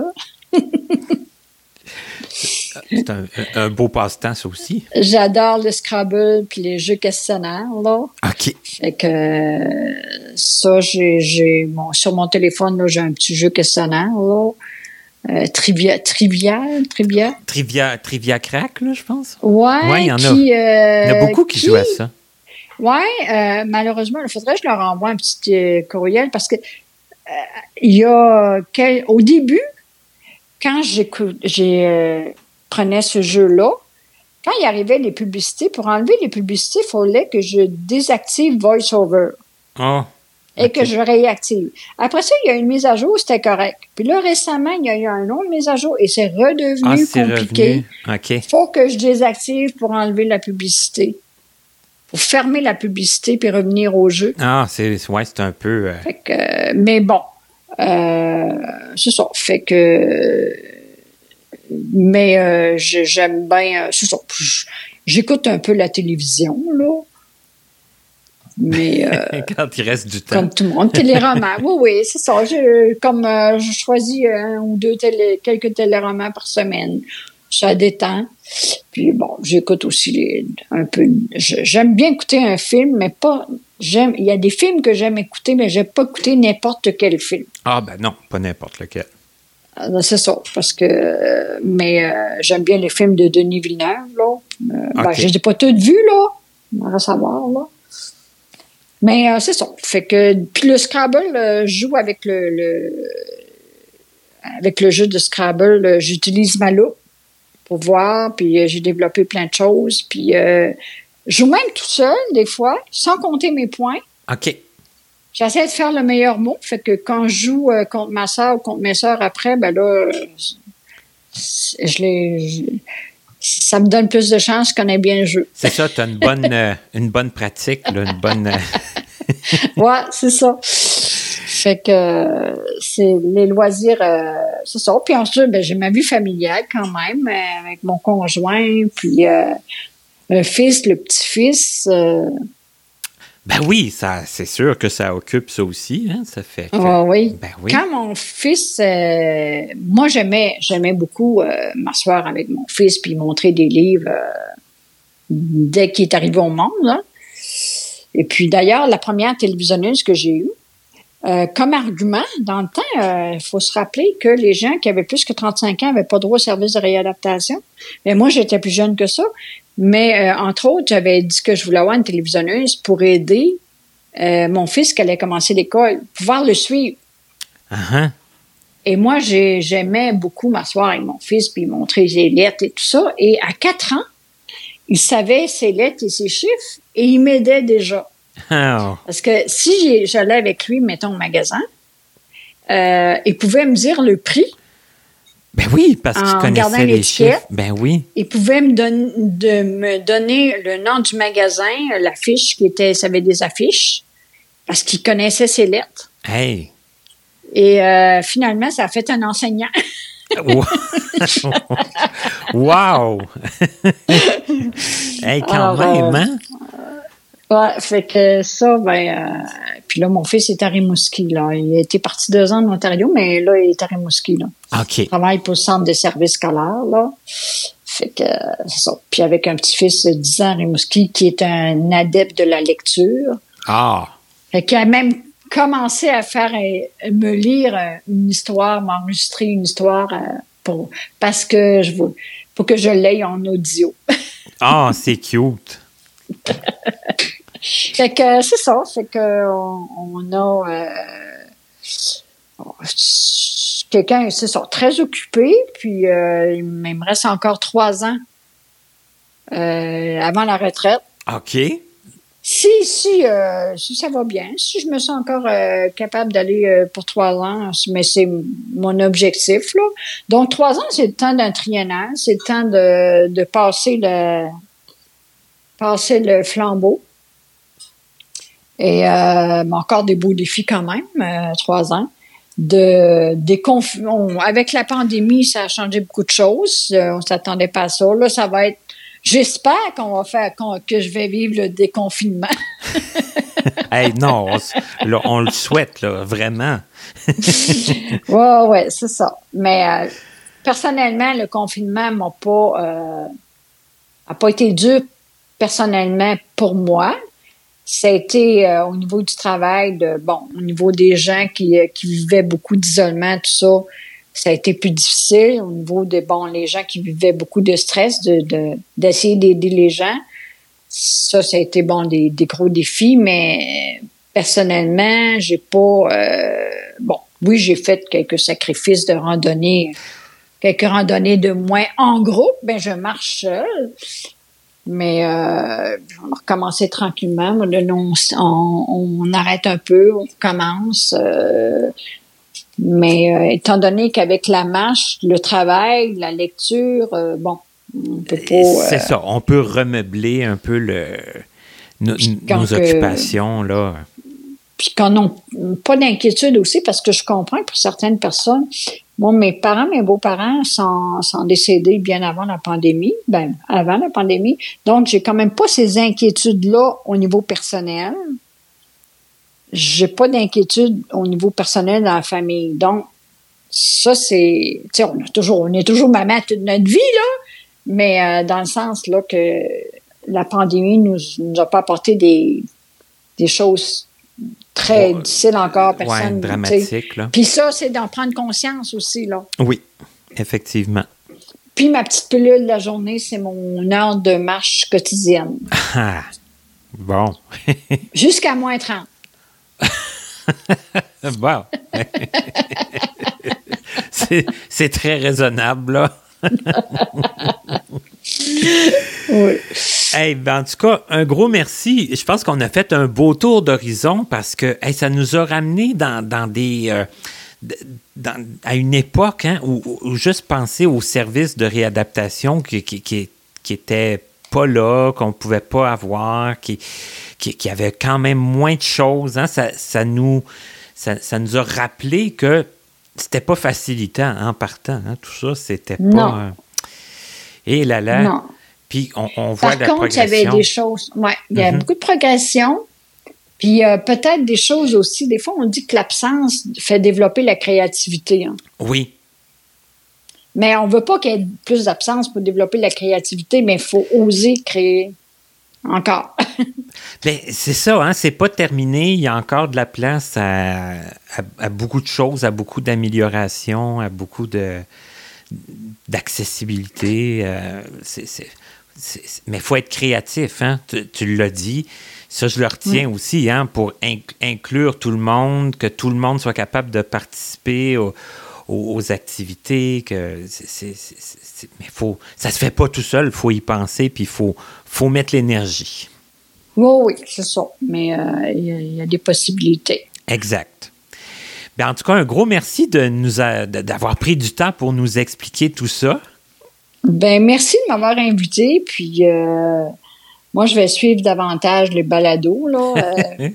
B: C'est un, un beau passe-temps, ça aussi.
C: J'adore le Scrabble puis les jeux questionnaires, là.
B: OK.
C: Fait que euh, ça, j'ai, j'ai mon, sur mon téléphone, là, j'ai un petit jeu questionnaire, là. Euh, trivia, trivial, trivia.
B: Trivia, trivia crack, là, je pense.
C: Ouais,
B: ouais, il y en a.
C: Qui, euh,
B: il y en a beaucoup qui, qui jouent à ça.
C: Ouais, euh, malheureusement, il faudrait que je leur envoie un petit euh, courriel parce que euh, il y a quel, au début, quand j'écoute, j'ai euh, prenais ce jeu-là, quand il arrivait les publicités, pour enlever les publicités, il fallait que je désactive VoiceOver.
B: Oh.
C: Et
B: okay.
C: que je réactive. Après ça, il y a une mise à jour, c'était correct. Puis là, récemment, il y a eu une autre mise à jour et c'est redevenu
B: ah, c'est
C: compliqué.
B: Revenu. OK.
C: Faut que je désactive pour enlever la publicité. Faut fermer la publicité puis revenir au jeu.
B: Ah, c'est, ouais, c'est un peu... Euh...
C: Fait que, mais bon, euh, c'est ça. Fait que... Mais euh, j'aime bien... C'est ça. J'écoute un peu la télévision, là. Mais euh,
B: quand il reste du temps.
C: Comme tout le monde. Téléromans. Oui, oui, c'est ça. Je, comme euh, je choisis un ou deux télé, quelques téléromans par semaine. Ça détend. Puis bon, j'écoute aussi les, un peu. J'aime bien écouter un film, mais pas. J'aime. Il y a des films que j'aime écouter, mais j'aime pas écouter n'importe quel film.
B: Ah ben non, pas n'importe lequel.
C: Euh, c'est ça, parce que. Mais euh, j'aime bien les films de Denis Villeneuve, là. Euh, okay. Ben, je les ai pas tous vus, là. On va savoir, là. Mais euh, c'est ça. Fait que puis le Scrabble, euh, je joue avec le, le avec le jeu de Scrabble. Euh, j'utilise ma loupe pour voir. Puis euh, j'ai développé plein de choses. Puis euh, je joue même tout seul des fois, sans compter mes points.
B: Ok.
C: J'essaie de faire le meilleur mot. Fait que quand je joue euh, contre ma soeur ou contre mes soeurs après, ben là, euh, je les je, ça me donne plus de chance qu'on ait bien le jeu.
B: C'est ça, tu as une bonne, euh, une bonne pratique, là, une bonne...
C: ouais, c'est ça. Fait que c'est les loisirs, euh, c'est ça. Puis ensuite, ben, j'ai ma vie familiale quand même, euh, avec mon conjoint, puis euh, le fils, le petit-fils. Euh,
B: Ben oui, ça, c'est sûr que ça occupe ça aussi, hein, ça fait que...
C: Oh oui.
B: Ben oui.
C: Quand mon fils, euh, moi j'aimais, j'aimais beaucoup euh, m'asseoir avec mon fils puis montrer des livres euh, dès qu'il est arrivé au monde. Hein. Et puis d'ailleurs, la première télévisionneuse que j'ai eue, euh, comme argument, dans le temps, il euh, faut se rappeler que les gens qui avaient plus que trente-cinq ans n'avaient pas droit au service de réadaptation. Mais moi, j'étais plus jeune que ça. Mais, euh, entre autres, j'avais dit que je voulais avoir une télévisionneuse pour aider euh, mon fils qui allait commencer l'école, pouvoir le suivre.
B: Uh-huh.
C: Et moi, j'ai, j'aimais beaucoup m'asseoir avec mon fils puis montrer ses lettres et tout ça. Et à quatre ans, il savait ses lettres et ses chiffres et il m'aidait déjà.
B: Oh.
C: Parce que si j'allais avec lui, mettons, au magasin, euh, il pouvait me dire le prix.
B: Ben oui, parce qu'il connaissait les chiffres. Ben oui.
C: Il pouvait me, don- de me donner le nom du magasin, l'affiche qui était, ça avait des affiches, parce qu'il connaissait ses lettres.
B: Hey.
C: Et euh, finalement, ça a fait un enseignant.
B: Wow! Hey, quand Alors, même, hein?
C: Euh, ouais, fait que ça, ben... Euh, puis là, mon fils est à Rimouski, là. Il a été parti deux ans en Ontario, mais là, il est à Rimouski, là.
B: OK.
C: Il travaille pour le centre de services scolaires, là. Fait que, c'est ça. Puis avec un petit-fils de dix ans à Rimouski qui est un adepte de la lecture.
B: Ah!
C: Fait qu'il a même commencé à faire, euh, me lire euh, une histoire, m'enregistrer une histoire euh, pour, parce que je veux, pour que je l'aie en audio.
B: Ah, c'est cute!
C: Fait que c'est ça, fait que on, on a euh, quelqu'un, c'est ça, très occupé, puis euh, il me reste encore trois ans euh, avant la retraite.
B: OK.
C: Si, si, euh, si ça va bien, si je me sens encore euh, capable d'aller euh, pour trois ans, mais c'est mon objectif, là. Donc, trois ans, c'est le temps d'un triennal, c'est le temps de, de passer le passer le flambeau. Et euh, encore des beaux défis quand même, euh, trois ans. De, des conf... on, avec la pandémie, ça a changé beaucoup de choses. Euh, on s'attendait pas à ça. Là, ça va être... J'espère qu'on va faire qu'on, que je vais vivre le déconfinement.
B: Hey, non, on, là, on le souhaite, là, vraiment.
C: Ouais, ouais, c'est ça. Mais euh, personnellement, le confinement m'a pas euh, a pas été dur personnellement pour moi. Ça a été euh, au niveau du travail, de bon, au niveau des gens qui, euh, qui vivaient beaucoup d'isolement, tout ça, ça a été plus difficile. Au niveau de bon, les gens qui vivaient beaucoup de stress, de, de d'essayer d'aider les gens, ça, ça a été bon des, des gros défis. Mais personnellement, j'ai pas euh, bon, oui, j'ai fait quelques sacrifices de randonnée, quelques randonnées de moins en groupe. Ben, je marche seule. Mais euh, on va recommencer tranquillement. Là, on, on, on arrête un peu, on recommence. Euh, mais euh, étant donné qu'avec la marche, le travail, la lecture, euh, bon, on peut pas... Euh,
B: C'est ça, on peut remeubler un peu le, no, nos
C: que,
B: occupations, là.
C: Puis qu'on n'a pas d'inquiétude aussi, parce que je comprends que pour certaines personnes... Moi, mes parents, mes beaux-parents sont, sont décédés bien avant la pandémie, ben avant la pandémie. Donc, j'ai quand même pas ces inquiétudes-là au niveau personnel. J'ai pas d'inquiétude au niveau personnel dans la famille. Donc, ça, c'est... Tu sais, on a toujours, on est toujours maman toute notre vie, là, mais euh, dans le sens, là, que la pandémie nous, nous a pas apporté des, des choses... très oh, difficile encore, personne.
B: Ouais, dramatique, là.
C: Puis ça, c'est d'en prendre conscience aussi, là.
B: Oui, effectivement.
C: Puis ma petite pilule de la journée, c'est mon heure de marche quotidienne.
B: Ah, bon.
C: Jusqu'à moins trente.
B: Bon. c'est, c'est très raisonnable, là.
C: Oui.
B: Hey, ben, en tout cas, un gros merci. Je pense qu'on a fait un beau tour d'horizon parce que hey, ça nous a ramené dans, dans des... Euh, dans, à une époque hein, où, où juste penser aux services de réadaptation qui, qui, qui, qui étaient pas là, qu'on pouvait pas avoir, qui, qui, qui avait quand même moins de choses. Hein, ça, ça, nous, ça, ça nous a rappelé que c'était pas facilitant en partant. Hein, tout ça, c'était pas... Euh, et là là...
C: Non.
B: Puis on, on voit
C: Par
B: la
C: contre,
B: progression.
C: il y avait des choses... Oui, il y a
B: mm-hmm.
C: beaucoup de progression. Puis euh, peut-être des choses aussi... Des fois, on dit que l'absence fait développer la créativité. Hein.
B: Oui.
C: Mais on veut pas qu'il y ait plus d'absence pour développer la créativité, mais il faut oser créer encore.
B: Bien, c'est ça, hein? C'est pas terminé. Il y a encore de la place à, à, à beaucoup de choses, à beaucoup d'améliorations, à beaucoup de... d'accessibilité. Euh, c'est, c'est, c'est, mais il faut être créatif, hein? Tu, tu l'as dit. Ça, je le retiens mmh. aussi, hein? Pour inc- inclure tout le monde, que tout le monde soit capable de participer aux, aux, aux activités. Que c'est, c'est, c'est, c'est, mais faut, ça se fait pas tout seul, il faut y penser, puis il faut, faut mettre l'énergie.
C: Oui, oui, c'est ça. Mais il euh, y, y a des possibilités.
B: Exact. Bien, en tout cas, un gros merci de nous a, de, d'avoir pris du temps pour nous expliquer tout ça.
C: Bien, merci de m'avoir invité. Puis, euh, moi, je vais suivre davantage les balados, là. Euh,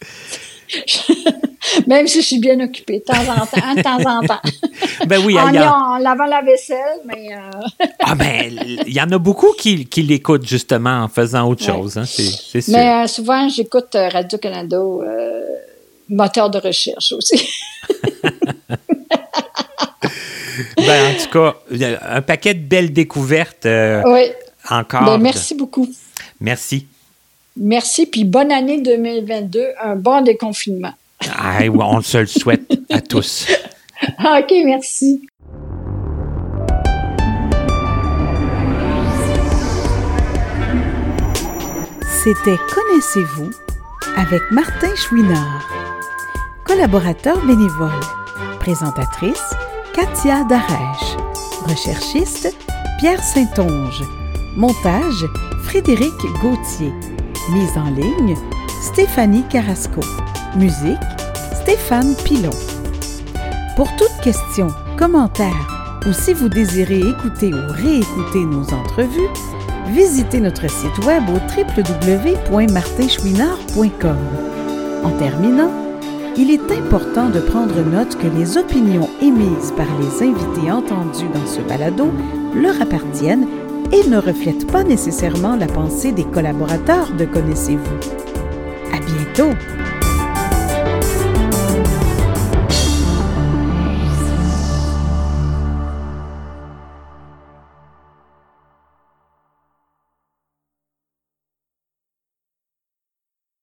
C: même si je suis bien occupée, de temps en temps, de temps en temps.
B: Ben oui,
C: en,
B: y a...
C: en lavant la vaisselle, mais... Euh...
B: ah ben, il y en a beaucoup qui, qui l'écoutent, justement, en faisant autre ouais. chose, hein, c'est, c'est sûr.
C: Mais euh, souvent, j'écoute euh, Radio-Canada... Euh, moteur de recherche aussi.
B: Ben, en tout cas, un paquet de belles découvertes euh,
C: oui.
B: encore.
C: Ben, merci beaucoup.
B: Merci.
C: Merci, puis bonne année deux mille vingt-deux, un bon déconfinement.
B: Ah, oui, on se le souhaite à tous.
C: OK, merci.
A: C'était Connaissez-vous avec Martin Chouinard. Collaborateur bénévole. Présentatrice, Katia Darèche. Recherchiste, Pierre Saint-Onge. Montage, Frédéric Gauthier. Mise en ligne, Stéphanie Carrasco. Musique, Stéphane Pilon. Pour toute question, commentaire ou si vous désirez écouter ou réécouter nos entrevues, visitez notre site web au w w w point martin chouinard point com. En terminant, il est important de prendre note que les opinions émises par les invités entendus dans ce balado leur appartiennent et ne reflètent pas nécessairement la pensée des collaborateurs de Connaissez-vous. À bientôt!